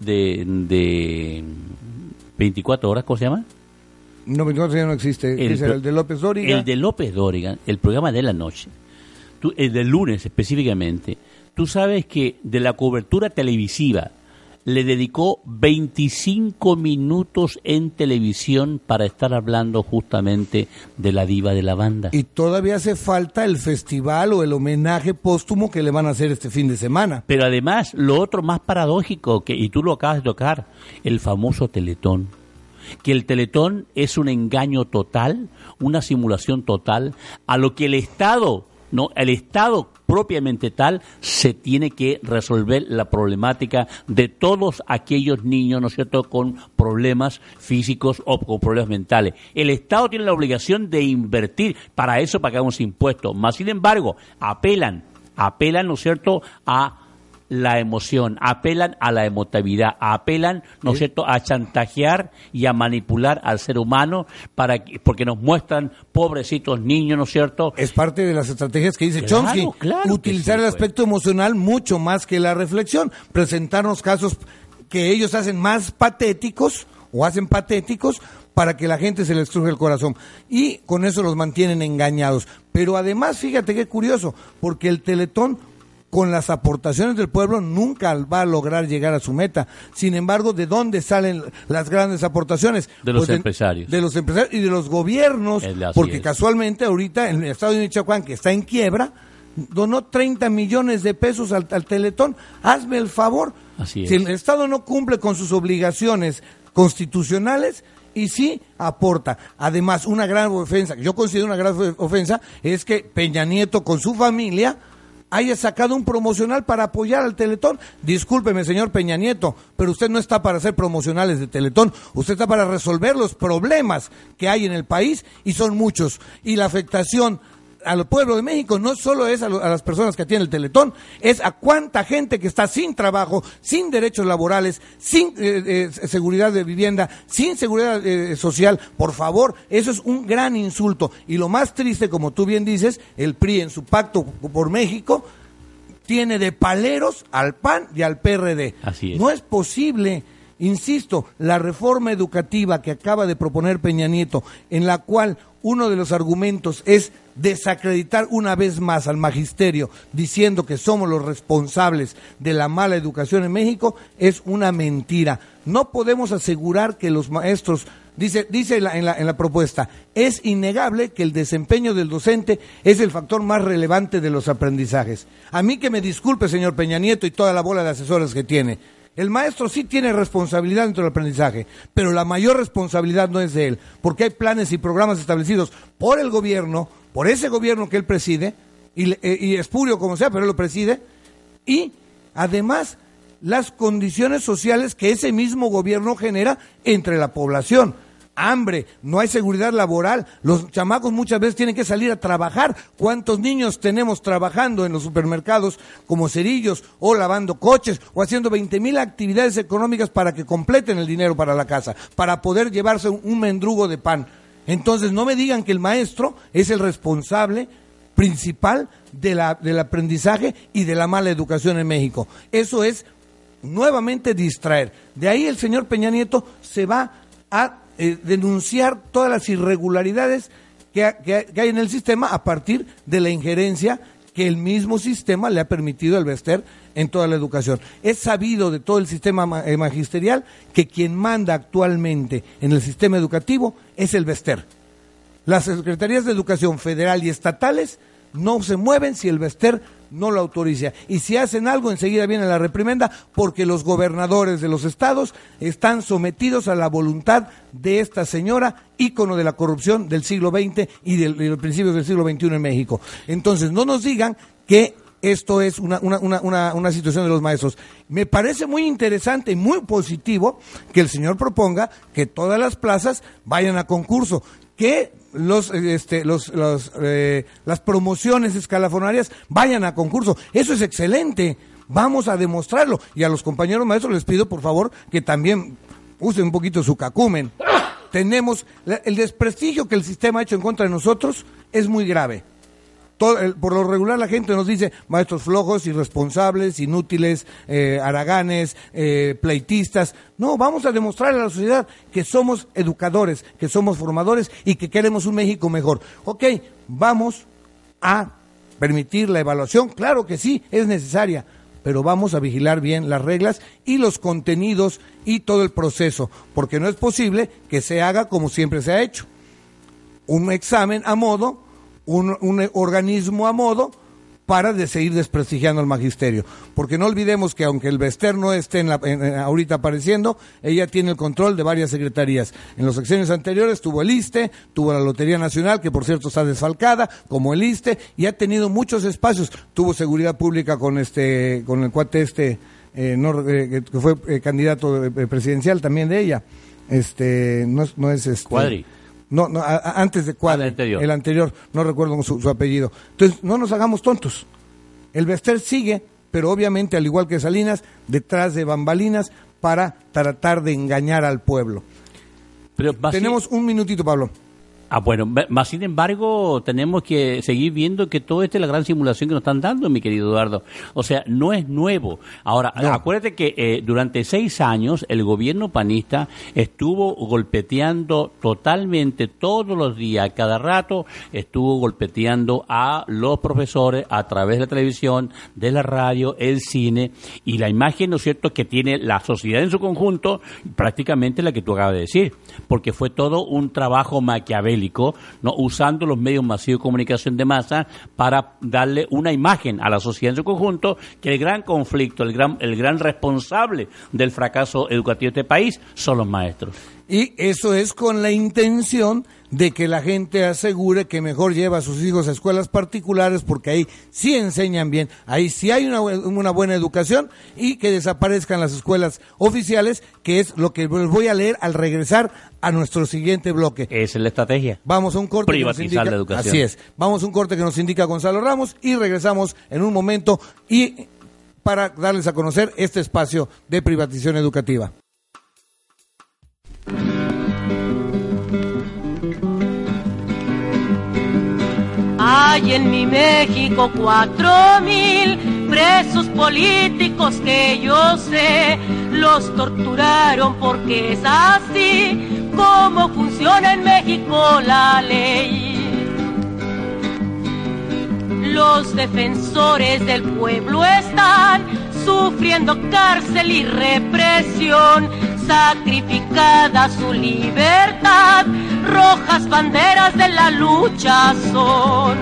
Speaker 4: de 24 horas, ¿cómo se llama?
Speaker 3: No, 24 ya no existe. El de López Dóriga.
Speaker 4: El de López Dóriga, el programa de la noche. El del lunes específicamente. Tú sabes que de la cobertura televisiva le dedicó 25 minutos en televisión para estar hablando justamente de la diva de la banda.
Speaker 3: Y todavía hace falta el festival o el homenaje póstumo que le van a hacer este fin de semana.
Speaker 4: Pero además, lo otro más paradójico, y tú lo acabas de tocar, el famoso Teletón. Que el Teletón es un engaño total, una simulación total, a lo que el Estado propiamente tal, se tiene que resolver la problemática de todos aquellos niños, ¿no es cierto?, con problemas físicos o con problemas mentales. El Estado tiene la obligación de invertir, para eso pagamos impuestos, más sin embargo, apelan, ¿no es cierto?, a la emoción, apelan a la emotividad, apelan, ¿no es cierto?, a chantajear y a manipular al ser humano porque nos muestran pobrecitos niños, ¿no es cierto?
Speaker 3: Es parte de las estrategias que dice Chomsky, utilizar el aspecto emocional mucho más que la reflexión, presentarnos casos que ellos hacen más patéticos o hacen patéticos para que la gente se les cruje el corazón y con eso los mantienen engañados. Pero además, fíjate qué curioso, porque el Teletón con las aportaciones del pueblo nunca va a lograr llegar a su meta. Sin embargo, ¿de dónde salen las grandes aportaciones?
Speaker 4: De los empresarios.
Speaker 3: De los empresarios y de los gobiernos, porque casualmente ahorita en el estado de Michoacán, que está en quiebra, donó 30 millones de pesos al Teletón. Hazme el favor.
Speaker 4: Así es.
Speaker 3: Si el Estado no cumple con sus obligaciones constitucionales, y sí aporta. Además, una gran ofensa, que yo considero una gran ofensa, es que Peña Nieto con su familia haya sacado un promocional para apoyar al Teletón. Discúlpeme, señor Peña Nieto, pero usted no está para hacer promocionales de Teletón, usted está para resolver los problemas que hay en el país, y son muchos, y la afectación al pueblo de México no solo es a las personas que tienen el Teletón, es a cuánta gente que está sin trabajo, sin derechos laborales, sin seguridad de vivienda, sin seguridad social. Por favor, eso es un gran insulto. Y lo más triste, como tú bien dices, el PRI en su pacto por México tiene de paleros al PAN y al PRD.
Speaker 4: Así es.
Speaker 3: No es posible. Insisto, la reforma educativa que acaba de proponer Peña Nieto, en la cual uno de los argumentos es desacreditar una vez más al magisterio, diciendo que somos los responsables de la mala educación en México, es una mentira. No podemos asegurar que los maestros, dice en la propuesta, es innegable que el desempeño del docente es el factor más relevante de los aprendizajes. A mí que me disculpe, señor Peña Nieto, y toda la bola de asesores que tiene. El maestro sí tiene responsabilidad dentro del aprendizaje, pero la mayor responsabilidad no es de él, porque hay planes y programas establecidos por el gobierno, por ese gobierno que él preside, y espurio como sea, pero él lo preside, y además las condiciones sociales que ese mismo gobierno genera entre la población. Hambre, no hay seguridad laboral, los chamacos muchas veces tienen que salir a trabajar. ¿Cuántos niños tenemos trabajando en los supermercados como cerillos o lavando coches o haciendo 20,000 actividades económicas para que completen el dinero para la casa, para poder llevarse un mendrugo de pan? Entonces no me digan que el maestro es el responsable principal del aprendizaje y de la mala educación en México. Eso es nuevamente distraer. De ahí el señor Peña Nieto se va a denunciar todas las irregularidades que hay en el sistema a partir de la injerencia que el mismo sistema le ha permitido al Bester en toda la educación. Es sabido de todo el sistema magisterial que quien manda actualmente en el sistema educativo es el Bester. Las secretarías de educación federal y estatales no se mueven si el Bester no lo autoriza. Y si hacen algo, enseguida viene la reprimenda, porque los gobernadores de los estados están sometidos a la voluntad de esta señora, ícono de la corrupción del siglo XX y de los principios del siglo XXI en México. Entonces, no nos digan que esto es una situación de los maestros. Me parece muy interesante y muy positivo que el señor proponga que todas las plazas vayan a concurso, que las promociones escalafonarias vayan a concurso. Eso es excelente. Vamos a demostrarlo. Y a los compañeros maestros les pido, por favor, que también usen un poquito su cacumen. Tenemos el desprestigio que el sistema ha hecho en contra de nosotros es muy grave. Por lo regular la gente nos dice maestros flojos, irresponsables, inútiles, haraganes, pleitistas. No, vamos a demostrarle a la sociedad que somos educadores, que somos formadores y que queremos un México mejor. Ok, vamos a permitir la evaluación, claro que sí, es necesaria, pero vamos a vigilar bien las reglas y los contenidos y todo el proceso, porque no es posible que se haga como siempre se ha hecho. Un examen a modo, un organismo a modo para seguir desprestigiando al magisterio, porque no olvidemos que aunque el Bester no esté ahorita apareciendo, ella tiene el control de varias secretarías. En los sexenios anteriores tuvo el ISSSTE, tuvo la Lotería Nacional, que por cierto está desfalcada, como el ISSSTE, y ha tenido muchos espacios. Tuvo seguridad pública con el cuate que fue candidato
Speaker 4: presidencial también de ella.
Speaker 3: No es
Speaker 4: Cuadri.
Speaker 3: No, antes de Cuadri, el anterior, no recuerdo su apellido. Entonces, no nos hagamos tontos. El Bester sigue pero obviamente, al igual que Salinas, detrás de bambalinas para tratar de engañar al pueblo.
Speaker 4: Pero
Speaker 3: tenemos un minutito, Pablo.
Speaker 4: Bueno, más sin embargo, tenemos que seguir viendo que todo esto es la gran simulación que nos están dando, mi querido Eduardo. O sea, no es nuevo. Ahora, no. Acuérdate que durante 6 años el gobierno panista estuvo golpeteando totalmente, todos los días, cada rato, estuvo golpeteando a los profesores a través de la televisión, de la radio, el cine, y la imagen, ¿no es cierto?, que tiene la sociedad en su conjunto, prácticamente la que tú acabas de decir, porque fue todo un trabajo maquiavélico, ¿no?, usando los medios masivos de comunicación de masa para darle una imagen a la sociedad en su conjunto, que el gran conflicto, el gran responsable del fracaso educativo de este país son los maestros.
Speaker 3: Y eso es con la intención de que la gente asegure que mejor lleva a sus hijos a escuelas particulares, porque ahí sí enseñan bien, ahí sí hay una buena educación, y que desaparezcan las escuelas oficiales, que es lo que les voy a leer al regresar a nuestro siguiente bloque.
Speaker 4: Esa es la estrategia.
Speaker 3: Vamos a un corte.
Speaker 4: Privatizar la educación.
Speaker 3: Así es. Vamos a un corte que nos indica Gonzalo Ramos y regresamos en un momento y para darles a conocer este espacio de privatización educativa.
Speaker 5: Hay en mi México 4,000 presos políticos que yo sé, los torturaron porque es así como funciona en México la ley. Los defensores del pueblo están sufriendo cárcel y represión, sacrificada su libertad, rojas banderas de la lucha son.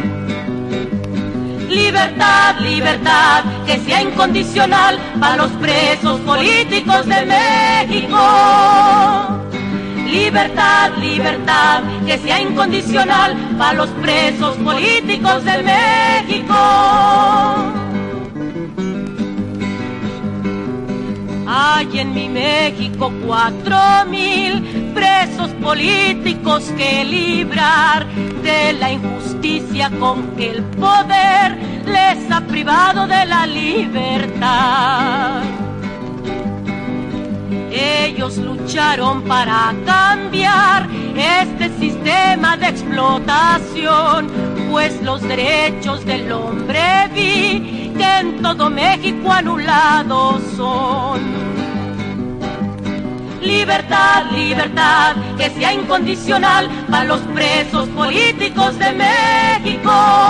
Speaker 5: Libertad, libertad, que sea incondicional para los presos políticos de México. Libertad, libertad, que sea incondicional para los presos políticos de México. Hay en mi México 4,000 presos políticos que librar de la injusticia con que el poder les ha privado de la libertad. Ellos lucharon para cambiar este sistema de explotación, pues los derechos del hombre vi que en todo México anulados son. Libertad, libertad, que sea incondicional para los presos políticos de México.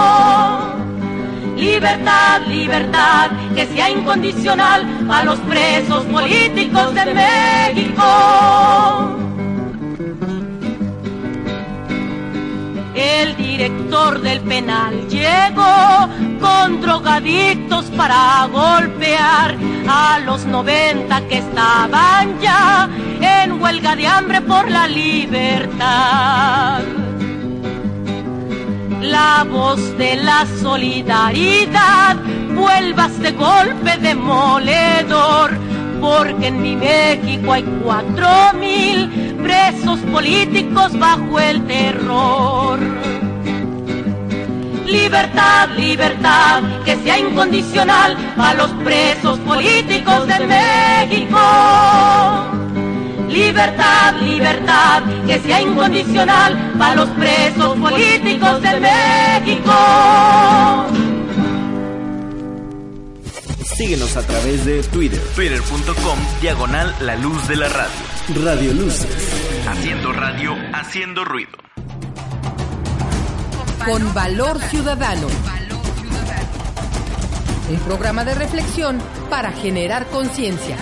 Speaker 5: Libertad, libertad, que sea incondicional para los presos políticos de México. El director del penal llegó con drogadictos para golpear a los 90 que estaban ya en huelga de hambre por la libertad. La voz de la solidaridad vuelva este golpe demoledor, porque en mi México hay 4,000 presos políticos bajo el terror. Libertad, libertad, que sea incondicional para los presos políticos de México. Libertad, libertad, que sea incondicional para los presos políticos de México.
Speaker 6: Síguenos a través de Twitter.
Speaker 7: Twitter.com/La Luz de la Radio.
Speaker 6: Radio Luces.
Speaker 7: Haciendo radio, haciendo ruido.
Speaker 2: Con Valor Ciudadano. Un programa de reflexión para generar conciencia.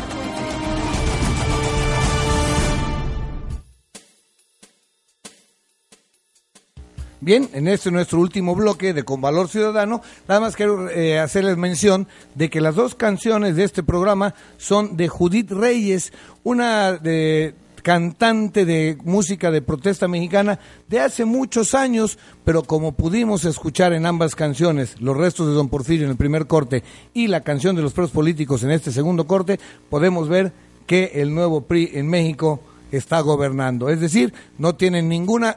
Speaker 3: Bien, en este nuestro último bloque de Con Valor Ciudadano, nada más quiero hacerles mención de que las 2 canciones de este programa son de Judith Reyes, una cantante de música de protesta mexicana de hace muchos años, pero como pudimos escuchar en ambas canciones, Los restos de Don Porfirio en el primer corte y la canción de los presos políticos en este segundo corte, podemos ver que el nuevo PRI en México está gobernando. Es decir, no tienen ninguna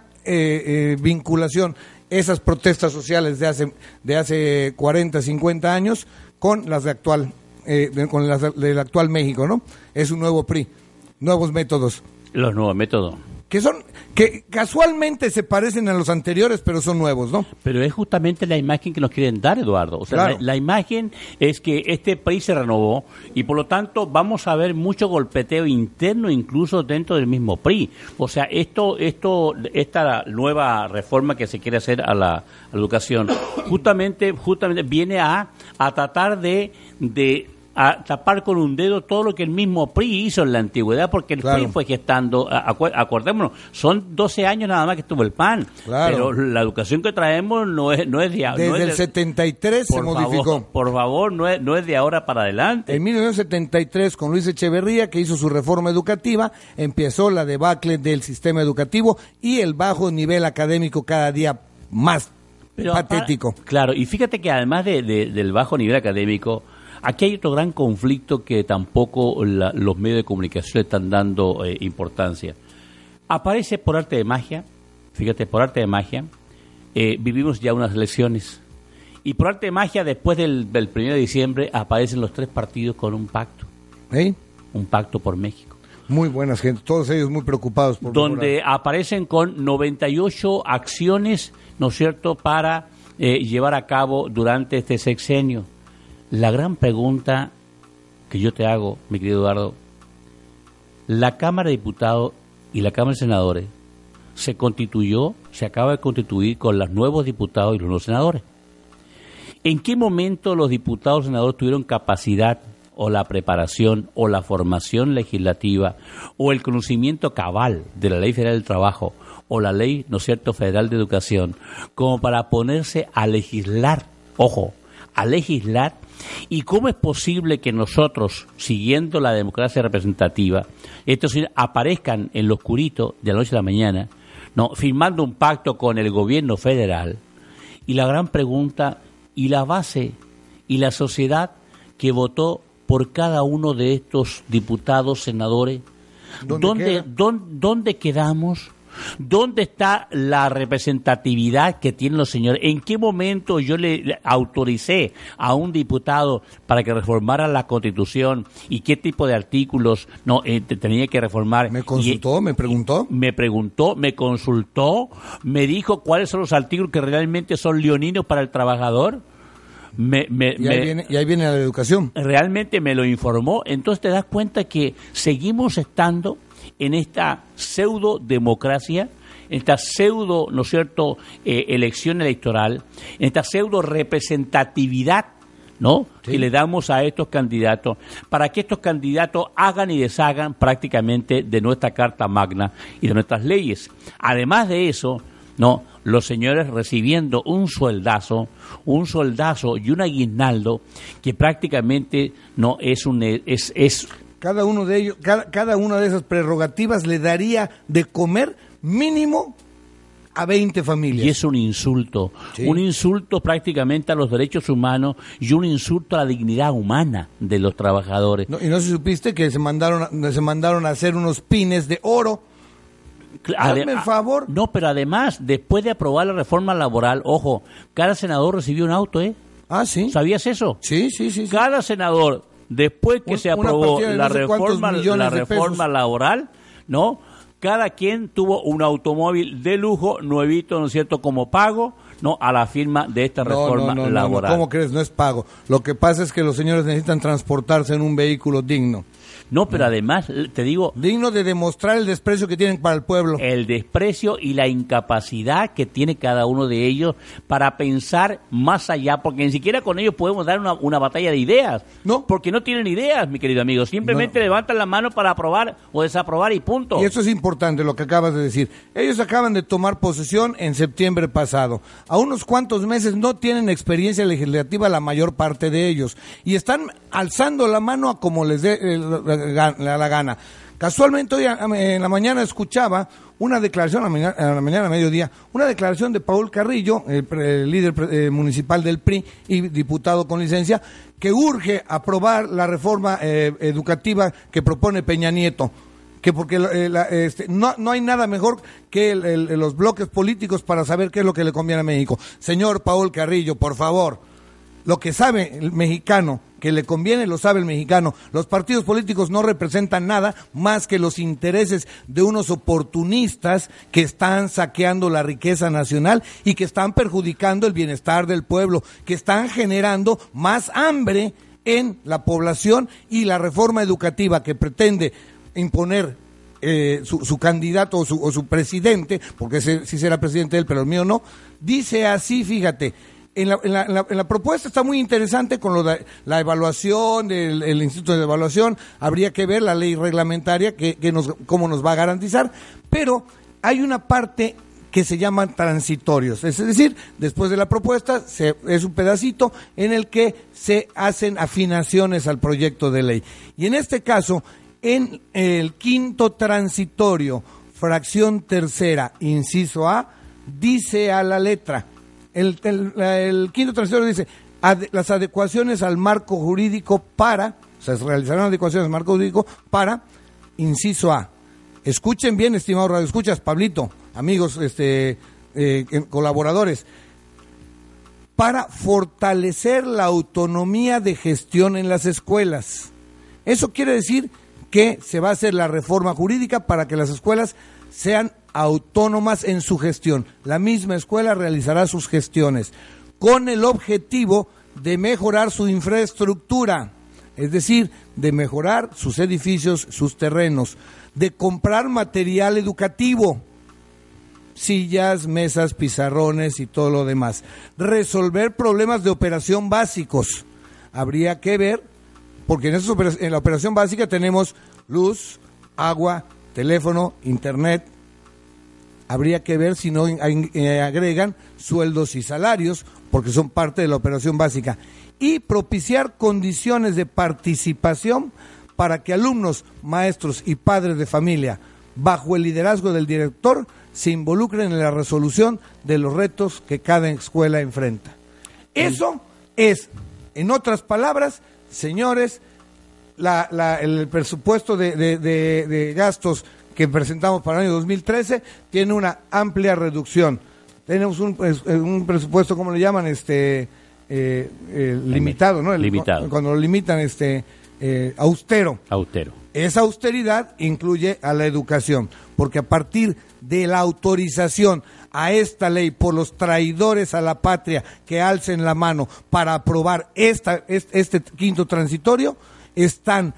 Speaker 3: vinculación esas protestas sociales de hace 40, 50 años con las de actual, con las del actual México, ¿no? Es un nuevo PRI, nuevos métodos.
Speaker 4: Los nuevos métodos.
Speaker 3: Que casualmente se parecen a los anteriores, pero son nuevos, ¿no?
Speaker 4: Pero es justamente la imagen que nos quieren dar, Eduardo. O sea,
Speaker 3: claro.
Speaker 4: la imagen es que este país se renovó y por lo tanto vamos a ver mucho golpeteo interno, incluso dentro del mismo PRI. O sea, esta nueva reforma que se quiere hacer a la educación, justamente viene a tratar de tapar con un dedo todo lo que el mismo PRI hizo en la antigüedad, porque el PRI fue gestando, acordémonos, son 12 años nada más que estuvo el PAN, pero la educación que traemos no es de ahora.
Speaker 3: Desde el 73 se modificó.
Speaker 4: Por favor, no es de ahora para adelante.
Speaker 3: En 1973, con Luis Echeverría, que hizo su reforma educativa, empezó la debacle del sistema educativo y el bajo nivel académico cada día más patético.
Speaker 4: Claro, y fíjate que además del bajo nivel académico, aquí hay otro gran conflicto que tampoco los medios de comunicación están dando importancia. Aparece por arte de magia, fíjate, por arte de magia, vivimos ya unas elecciones. Y por arte de magia, después del 1 de diciembre, aparecen los 3 partidos con un pacto. Un pacto por México.
Speaker 3: Muy buenas gente, todos ellos muy preocupados por
Speaker 4: donde aparecen con 98 acciones, ¿no es cierto?, para llevar a cabo durante este sexenio. La gran pregunta que yo te hago, mi querido Eduardo, la Cámara de Diputados y la Cámara de Senadores se acaba de constituir con los nuevos diputados y los nuevos senadores. ¿En qué momento los diputados y senadores tuvieron capacidad o la preparación o la formación legislativa o el conocimiento cabal de la Ley Federal del Trabajo o la Ley, ¿no es cierto?, Federal de Educación, como para ponerse a legislar, ojo, a legislar? ¿Y cómo es posible que nosotros, siguiendo la democracia representativa, estos aparezcan en lo oscurito de la noche a la mañana, no, firmando un pacto con el gobierno federal? Y la gran pregunta, ¿y la base y la sociedad que votó por cada uno de estos diputados, senadores? ¿Dónde quedamos? ¿Dónde está la representatividad que tienen los señores? ¿En qué momento yo le autoricé a un diputado para que reformara la Constitución y qué tipo de artículos tenía que reformar?
Speaker 3: ¿Me consultó? ¿Me preguntó?
Speaker 4: Me preguntó, me consultó, me dijo cuáles son los artículos que realmente son leoninos para el trabajador.
Speaker 3: Y ahí viene la educación.
Speaker 4: Realmente me lo informó. Entonces te das cuenta que seguimos estando en esta pseudo-democracia, en esta pseudo, ¿no es cierto?, elección electoral, en esta pseudo-representatividad, ¿no?, que le damos a estos candidatos, para que estos candidatos hagan y deshagan prácticamente de nuestra Carta Magna y de nuestras leyes. Además de eso, ¿no?, los señores recibiendo un sueldazo y un aguinaldo que prácticamente no es
Speaker 3: cada uno de ellos, cada una de esas prerrogativas le daría de comer mínimo a 20 familias.
Speaker 4: Y es un insulto prácticamente a los derechos humanos y un insulto a la dignidad humana de los trabajadores.
Speaker 3: Y no se supiste que se mandaron a hacer unos pines de oro. Hazme el favor.
Speaker 4: No, pero además, después de aprobar la reforma laboral, ojo, cada senador recibió un auto,
Speaker 3: Ah, ¿sí?
Speaker 4: ¿Sabías eso?
Speaker 3: Sí.
Speaker 4: Cada senador, después que se aprobó la reforma laboral, ¿no?, cada quien tuvo un automóvil de lujo, nuevito, ¿no es cierto?, como pago, ¿no?, a la firma de esta reforma laboral.
Speaker 3: ¿Cómo crees? No es pago. Lo que pasa es que los señores necesitan transportarse en un vehículo digno.
Speaker 4: No, pero además, te digo...
Speaker 3: digno de demostrar el desprecio que tienen para el pueblo.
Speaker 4: El desprecio y la incapacidad que tiene cada uno de ellos para pensar más allá, porque ni siquiera con ellos podemos dar una batalla de ideas.
Speaker 3: No.
Speaker 4: Porque no tienen ideas, mi querido amigo. Simplemente levantan la mano para aprobar o desaprobar y punto.
Speaker 3: Y eso es importante lo que acabas de decir. Ellos acaban de tomar posesión en septiembre pasado. A unos cuantos meses no tienen experiencia legislativa la mayor parte de ellos. Y están alzando la mano a como les dé la gana. Casualmente hoy en la mañana escuchaba una declaración, a la mañana a mediodía, una declaración de Paul Carrillo, el líder municipal del PRI y diputado con licencia, que urge aprobar la reforma educativa que propone Peña Nieto. Que porque no hay nada mejor que los bloques políticos para saber qué es lo que le conviene a México. Señor Paul Carrillo, por favor, lo que sabe el mexicano, que le conviene, lo sabe el mexicano. Los partidos políticos no representan nada más que los intereses de unos oportunistas que están saqueando la riqueza nacional y que están perjudicando el bienestar del pueblo, que están generando más hambre en la población, y la reforma educativa que pretende imponer su candidato o su presidente, porque ese sí será presidente él, pero el mío no, dice así, fíjate. En la propuesta está muy interesante con la evaluación, el Instituto de Evaluación. Habría que ver la ley reglamentaria cómo nos va a garantizar, pero hay una parte que se llaman transitorios, es decir, después de la propuesta es un pedacito en el que se hacen afinaciones al proyecto de ley. Y en este caso, en el quinto transitorio, fracción tercera, inciso A, dice a la letra, el quinto transitorio dice, las adecuaciones al marco jurídico se realizarán adecuaciones al marco jurídico para, inciso A. Escuchen bien, estimados radioescuchas, Pablito, amigos, colaboradores, para fortalecer la autonomía de gestión en las escuelas. Eso quiere decir que se va a hacer la reforma jurídica para que las escuelas sean autónomas en su gestión. La misma escuela realizará sus gestiones con el objetivo de mejorar su infraestructura, es decir, de mejorar sus edificios, sus terrenos, de comprar material educativo, sillas, mesas, pizarrones y todo lo demás, resolver problemas de operación básicos. Habría que ver, porque en la operación básica tenemos luz, agua, teléfono, internet. Habría que ver si no agregan sueldos y salarios, porque son parte de la operación básica. Y propiciar condiciones de participación para que alumnos, maestros y padres de familia, bajo el liderazgo del director, se involucren en la resolución de los retos que cada escuela enfrenta. Eso es, en otras palabras, señores, el presupuesto de gastos que presentamos para el año 2013 tiene una amplia reducción. Tenemos un presupuesto, ¿cómo le llaman? Limitado, ¿no?
Speaker 4: Limitado.
Speaker 3: Cuando lo limitan, austero.
Speaker 4: Austero.
Speaker 3: Esa austeridad incluye a la educación, porque a partir de la autorización a esta ley por los traidores a la patria que alcen la mano para aprobar este quinto transitorio, están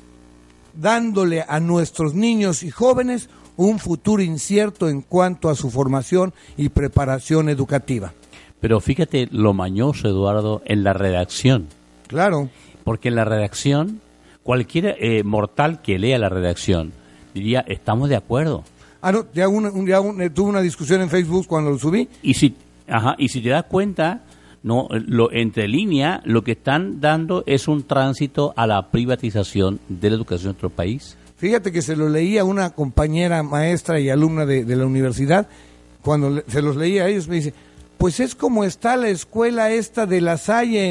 Speaker 3: dándole a nuestros niños y jóvenes un futuro incierto en cuanto a su formación y preparación educativa.
Speaker 4: Pero fíjate lo mañoso, Eduardo, en la redacción.
Speaker 3: Claro.
Speaker 4: Porque en la redacción, cualquier mortal que lea la redacción diría, estamos de acuerdo.
Speaker 3: No, tuve una discusión en Facebook cuando lo subí.
Speaker 4: Y si te das cuenta, no, entre línea, lo que están dando es un tránsito a la privatización de la educación en nuestro país.
Speaker 3: Fíjate que se lo leí a una compañera maestra y alumna de la universidad. Cuando se los leí a ellos, me dice, pues es como está la escuela esta de La Salle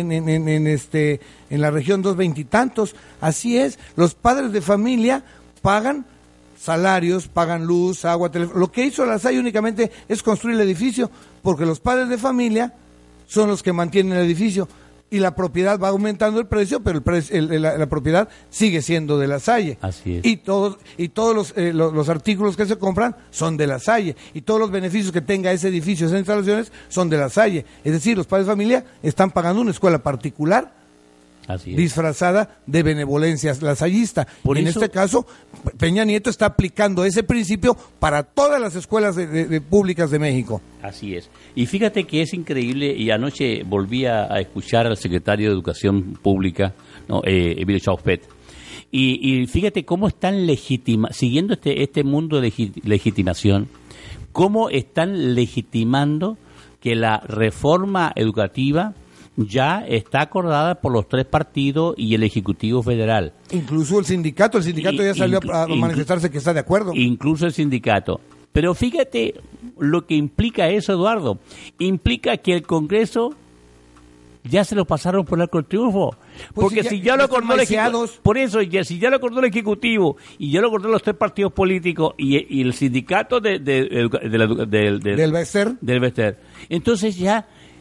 Speaker 3: en la región 220 y tantos. Así es, los padres de familia pagan salarios, pagan luz, agua, teléfono. Lo que hizo La Salle únicamente es construir el edificio, porque los padres de familia son los que mantienen el edificio y la propiedad va aumentando el precio, pero la propiedad sigue siendo de La Salle.
Speaker 4: Así es.
Speaker 3: Y todos los artículos que se compran son de La Salle, y todos los beneficios que tenga ese edificio, esas instalaciones, son de La Salle. Es decir, los padres de familia están pagando una escuela particular,
Speaker 4: así es,
Speaker 3: disfrazada de benevolencia lasallista. Y en este caso, Peña Nieto está aplicando ese principio para todas las escuelas públicas de México.
Speaker 4: Así es. Y fíjate que es increíble, y anoche volví a escuchar al secretario de Educación Pública, Emilio Chauffet, y fíjate cómo están siguiendo este mundo de legitimación, cómo están legitimando que la reforma educativa ya está acordada por los tres partidos y el Ejecutivo Federal.
Speaker 3: Incluso el sindicato ya salió a manifestarse que está de acuerdo.
Speaker 4: Incluso el sindicato. Pero fíjate lo que implica eso, Eduardo. Implica que el Congreso ya se lo pasaron por el arco del triunfo. Porque si ya lo acordó el Ejecutivo, por eso, si ya lo acordó el Ejecutivo y ya lo acordó los tres partidos políticos y el sindicato del Bester, entonces ya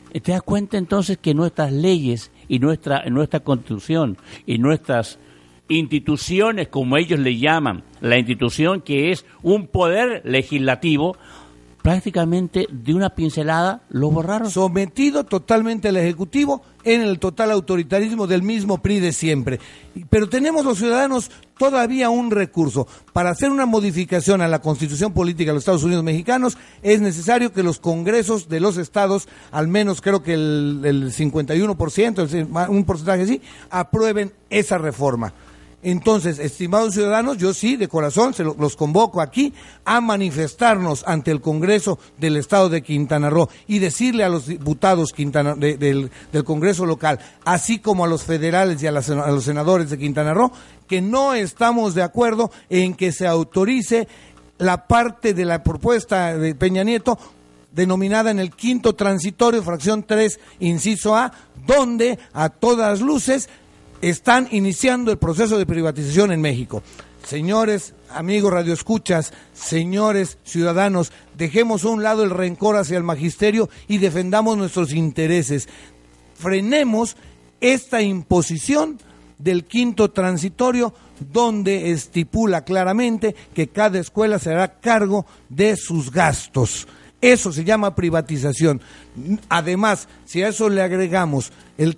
Speaker 4: te das cuenta entonces que nuestras leyes y nuestra Constitución y nuestras instituciones, como ellos le llaman, la institución que es un poder legislativo, prácticamente de una pincelada lo borraron.
Speaker 3: Sometido totalmente al Ejecutivo en el total autoritarismo del mismo PRI de siempre. Pero tenemos los ciudadanos todavía un recurso. Para hacer una modificación a la Constitución Política de los Estados Unidos Mexicanos es necesario que los congresos de los estados, al menos creo que el 51%, un porcentaje así, aprueben esa reforma. Entonces, estimados ciudadanos, yo sí, de corazón, los convoco aquí a manifestarnos ante el Congreso del Estado de Quintana Roo y decirle a los diputados del Congreso local, así como a los federales y a los senadores de Quintana Roo, que no estamos de acuerdo en que se autorice la parte de la propuesta de Peña Nieto denominada en el quinto transitorio, fracción 3, inciso A, donde a todas luces están iniciando el proceso de privatización en México. Señores, amigos radioescuchas, señores ciudadanos, dejemos a un lado el rencor hacia el magisterio y defendamos nuestros intereses. Frenemos esta imposición del quinto transitorio, donde estipula claramente que cada escuela se hará cargo de sus gastos. Eso se llama privatización. Además, si a eso le agregamos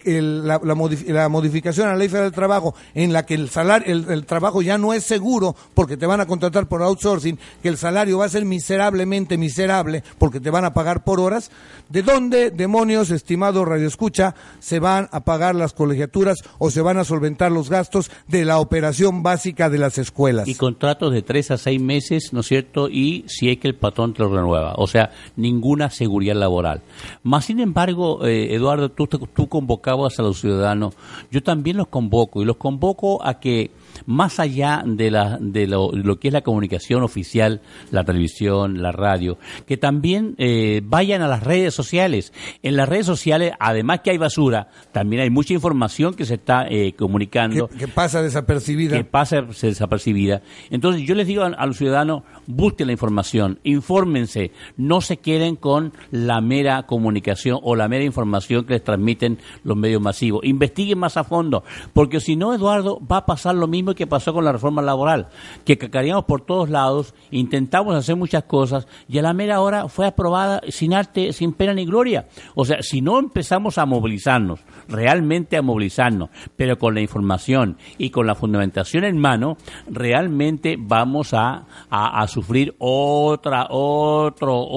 Speaker 3: la modificación a la Ley Federal del Trabajo, en la que el trabajo ya no es seguro porque te van a contratar por outsourcing, que el salario va a ser miserablemente miserable porque te van a pagar por horas, ¿de dónde, demonios, estimado radioescucha, se van a pagar las colegiaturas o se van a solventar los gastos de la operación básica de las escuelas?
Speaker 4: Y contratos de 3 a 6 meses, ¿no es cierto? Y si es que el patrón te lo renueva. O sea, ninguna seguridad laboral. Más sin embargo, Eduardo, tú convocabas a los ciudadanos. Yo también los convoco, y los convoco a que, más allá de lo que es la comunicación oficial, la televisión, la radio, que también vayan a las redes sociales. En las redes sociales, además que hay basura, también hay mucha información que se está comunicando.
Speaker 3: Que pasa desapercibida.
Speaker 4: Que pasa desapercibida. Entonces yo les digo a los ciudadanos, busquen la información, infórmense, no se queden con la mera comunicación o la mera información que les transmiten los medios masivos. Investiguen más a fondo, porque si no, Eduardo, va a pasar lo mismo que pasó con la reforma laboral, que cacareamos por todos lados, intentamos hacer muchas cosas y a la mera hora fue aprobada sin arte, sin pena ni gloria. O sea, si no empezamos a movilizarnos, realmente a movilizarnos, pero con la información y con la fundamentación en mano, realmente vamos a sufrir otro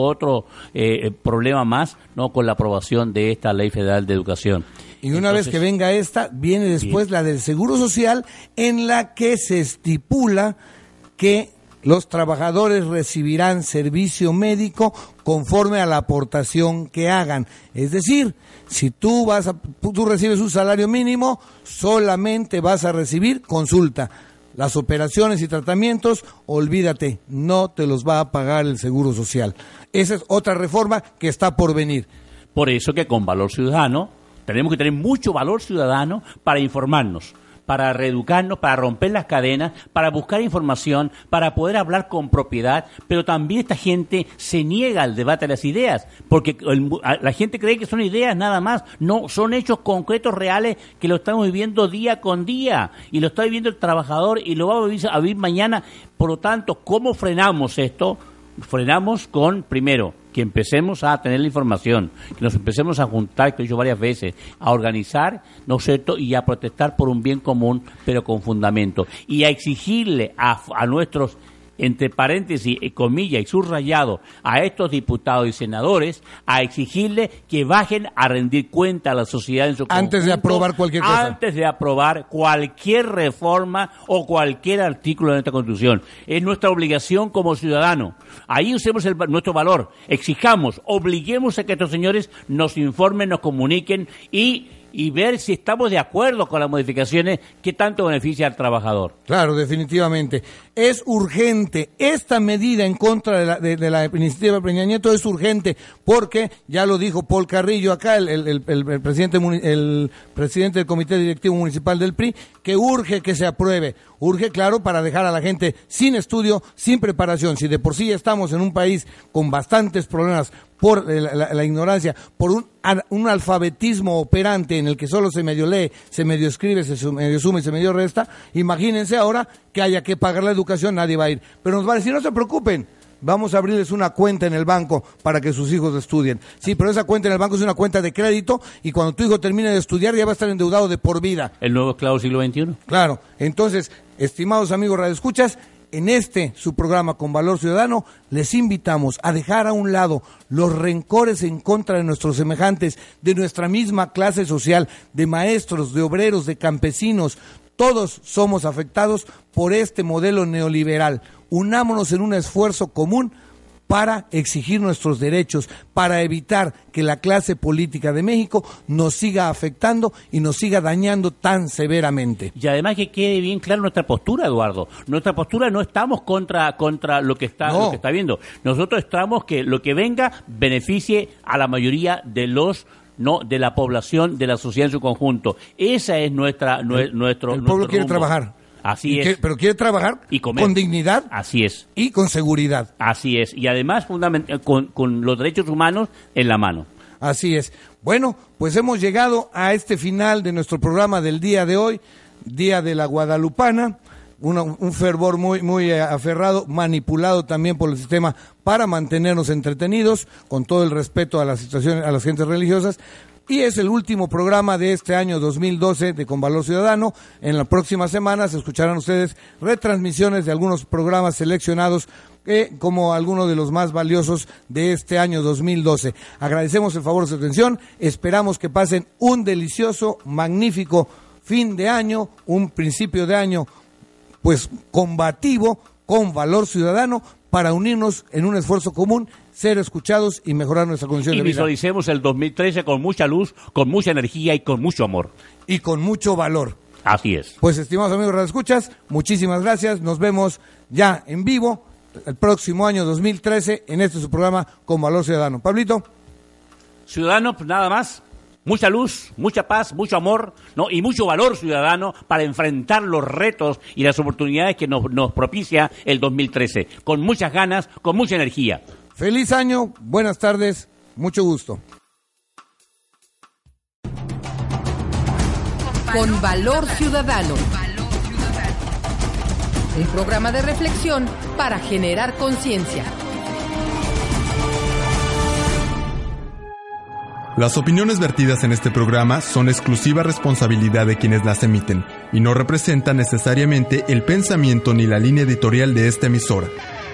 Speaker 4: problema más, ¿no?, con la aprobación de esta Ley Federal de Educación.
Speaker 3: Y una vez que venga esta, viene después la del Seguro Social, en la que se estipula que los trabajadores recibirán servicio médico conforme a la aportación que hagan. Es decir, si tú recibes un salario mínimo, solamente vas a recibir consulta. Las operaciones y tratamientos, olvídate, no te los va a pagar el Seguro Social. Esa es otra reforma que está por venir.
Speaker 4: Por eso que con Valor Ciudadano tenemos que tener mucho valor ciudadano para informarnos, para reeducarnos, para romper las cadenas, para buscar información, para poder hablar con propiedad, pero también esta gente se niega al debate de las ideas, porque la gente cree que son ideas nada más, no, son hechos concretos reales que lo estamos viviendo día con día, y lo está viviendo el trabajador y lo va a vivir mañana. Por lo tanto, ¿cómo frenamos esto? Frenamos con, primero, que empecemos a tener la información, que nos empecemos a juntar, que lo he dicho varias veces, a organizar, ¿no es cierto?, y a protestar por un bien común, pero con fundamento, y a exigirle a nuestros, entre paréntesis, comillas y subrayado, a estos diputados y senadores, a exigirle que bajen a rendir cuenta a la sociedad en su conjunto.
Speaker 3: Antes de aprobar cualquier cosa.
Speaker 4: Antes de aprobar cualquier reforma o cualquier artículo de nuestra Constitución. Es nuestra obligación como ciudadanos. Ahí usemos nuestro valor. Exijamos, obliguemos a que estos señores nos informen, nos comuniquen y ver si estamos de acuerdo con las modificaciones que tanto beneficia al trabajador.
Speaker 3: Claro, definitivamente. Es urgente. Esta medida en contra de la iniciativa Peña Nieto es urgente porque, ya lo dijo Paul Carrillo acá, el presidente del Comité Directivo Municipal del PRI, que urge que se apruebe. Urge, claro, para dejar a la gente sin estudio, sin preparación. Si de por sí estamos en un país con bastantes problemas por la ignorancia, por un alfabetismo operante en el que solo se medio lee, se medio escribe, se medio suma y se medio resta, imagínense ahora que haya que pagar la educación, nadie va a ir. Pero nos va a decir, no se preocupen, vamos a abrirles una cuenta en el banco para que sus hijos estudien. Sí, pero esa cuenta en el banco es una cuenta de crédito y cuando tu hijo termine de estudiar ya va a estar endeudado de por vida.
Speaker 4: El nuevo esclavo siglo XXI.
Speaker 3: Claro, entonces, estimados amigos radioescuchas, en su programa Con Valor Ciudadano, les invitamos a dejar a un lado los rencores en contra de nuestros semejantes, de nuestra misma clase social, de maestros, de obreros, de campesinos. Todos somos afectados por este modelo neoliberal. Unámonos en un esfuerzo común para exigir nuestros derechos, para evitar que la clase política de México nos siga afectando y nos siga dañando tan severamente.
Speaker 4: Y además que quede bien clara nuestra postura, Eduardo. Nuestra postura no estamos contra lo que está viendo. Nosotros estamos que lo que venga beneficie a la mayoría de la población, de la sociedad en su conjunto. Esa es nuestro
Speaker 3: pueblo quiere trabajar.
Speaker 4: Así es.
Speaker 3: Pero quiere trabajar
Speaker 4: y comer
Speaker 3: con dignidad.
Speaker 4: Así es.
Speaker 3: Y con seguridad.
Speaker 4: Así es. Y además con los derechos humanos en la mano.
Speaker 3: Así es. Bueno, pues hemos llegado a este final de nuestro programa del día de hoy, Día de la Guadalupana. Un fervor muy aferrado, manipulado también por el sistema para mantenernos entretenidos, con todo el respeto a las situaciones, a las gentes religiosas. Y es el último programa de este año 2012 de Con Valor Ciudadano. En la próxima semana se escucharán ustedes retransmisiones de algunos programas seleccionados como algunos de los más valiosos de este año 2012. Agradecemos el favor de su atención. Esperamos que pasen un delicioso, magnífico fin de año, un principio de año pues combativo, con valor ciudadano, para unirnos en un esfuerzo común, ser escuchados y mejorar nuestra condición de vida.
Speaker 4: Y visualicemos el 2013 con mucha luz, con mucha energía y con mucho amor.
Speaker 3: Y con mucho valor.
Speaker 4: Así es.
Speaker 3: Pues, estimados amigos radioescuchas, muchísimas gracias. Nos vemos ya en vivo el próximo año 2013 en su programa Con Valor Ciudadano. Pablito.
Speaker 4: Ciudadanos, pues nada más. Mucha luz, mucha paz, mucho amor, ¿no? Y mucho valor ciudadano para enfrentar los retos y las oportunidades que nos propicia el 2013. Con muchas ganas, con mucha energía.
Speaker 3: Feliz año, buenas tardes, mucho gusto.
Speaker 2: Con Valor Ciudadano. Un programa de reflexión para generar conciencia.
Speaker 1: Las opiniones vertidas en este programa son exclusiva responsabilidad de quienes las emiten y no representan necesariamente el pensamiento ni la línea editorial de esta emisora.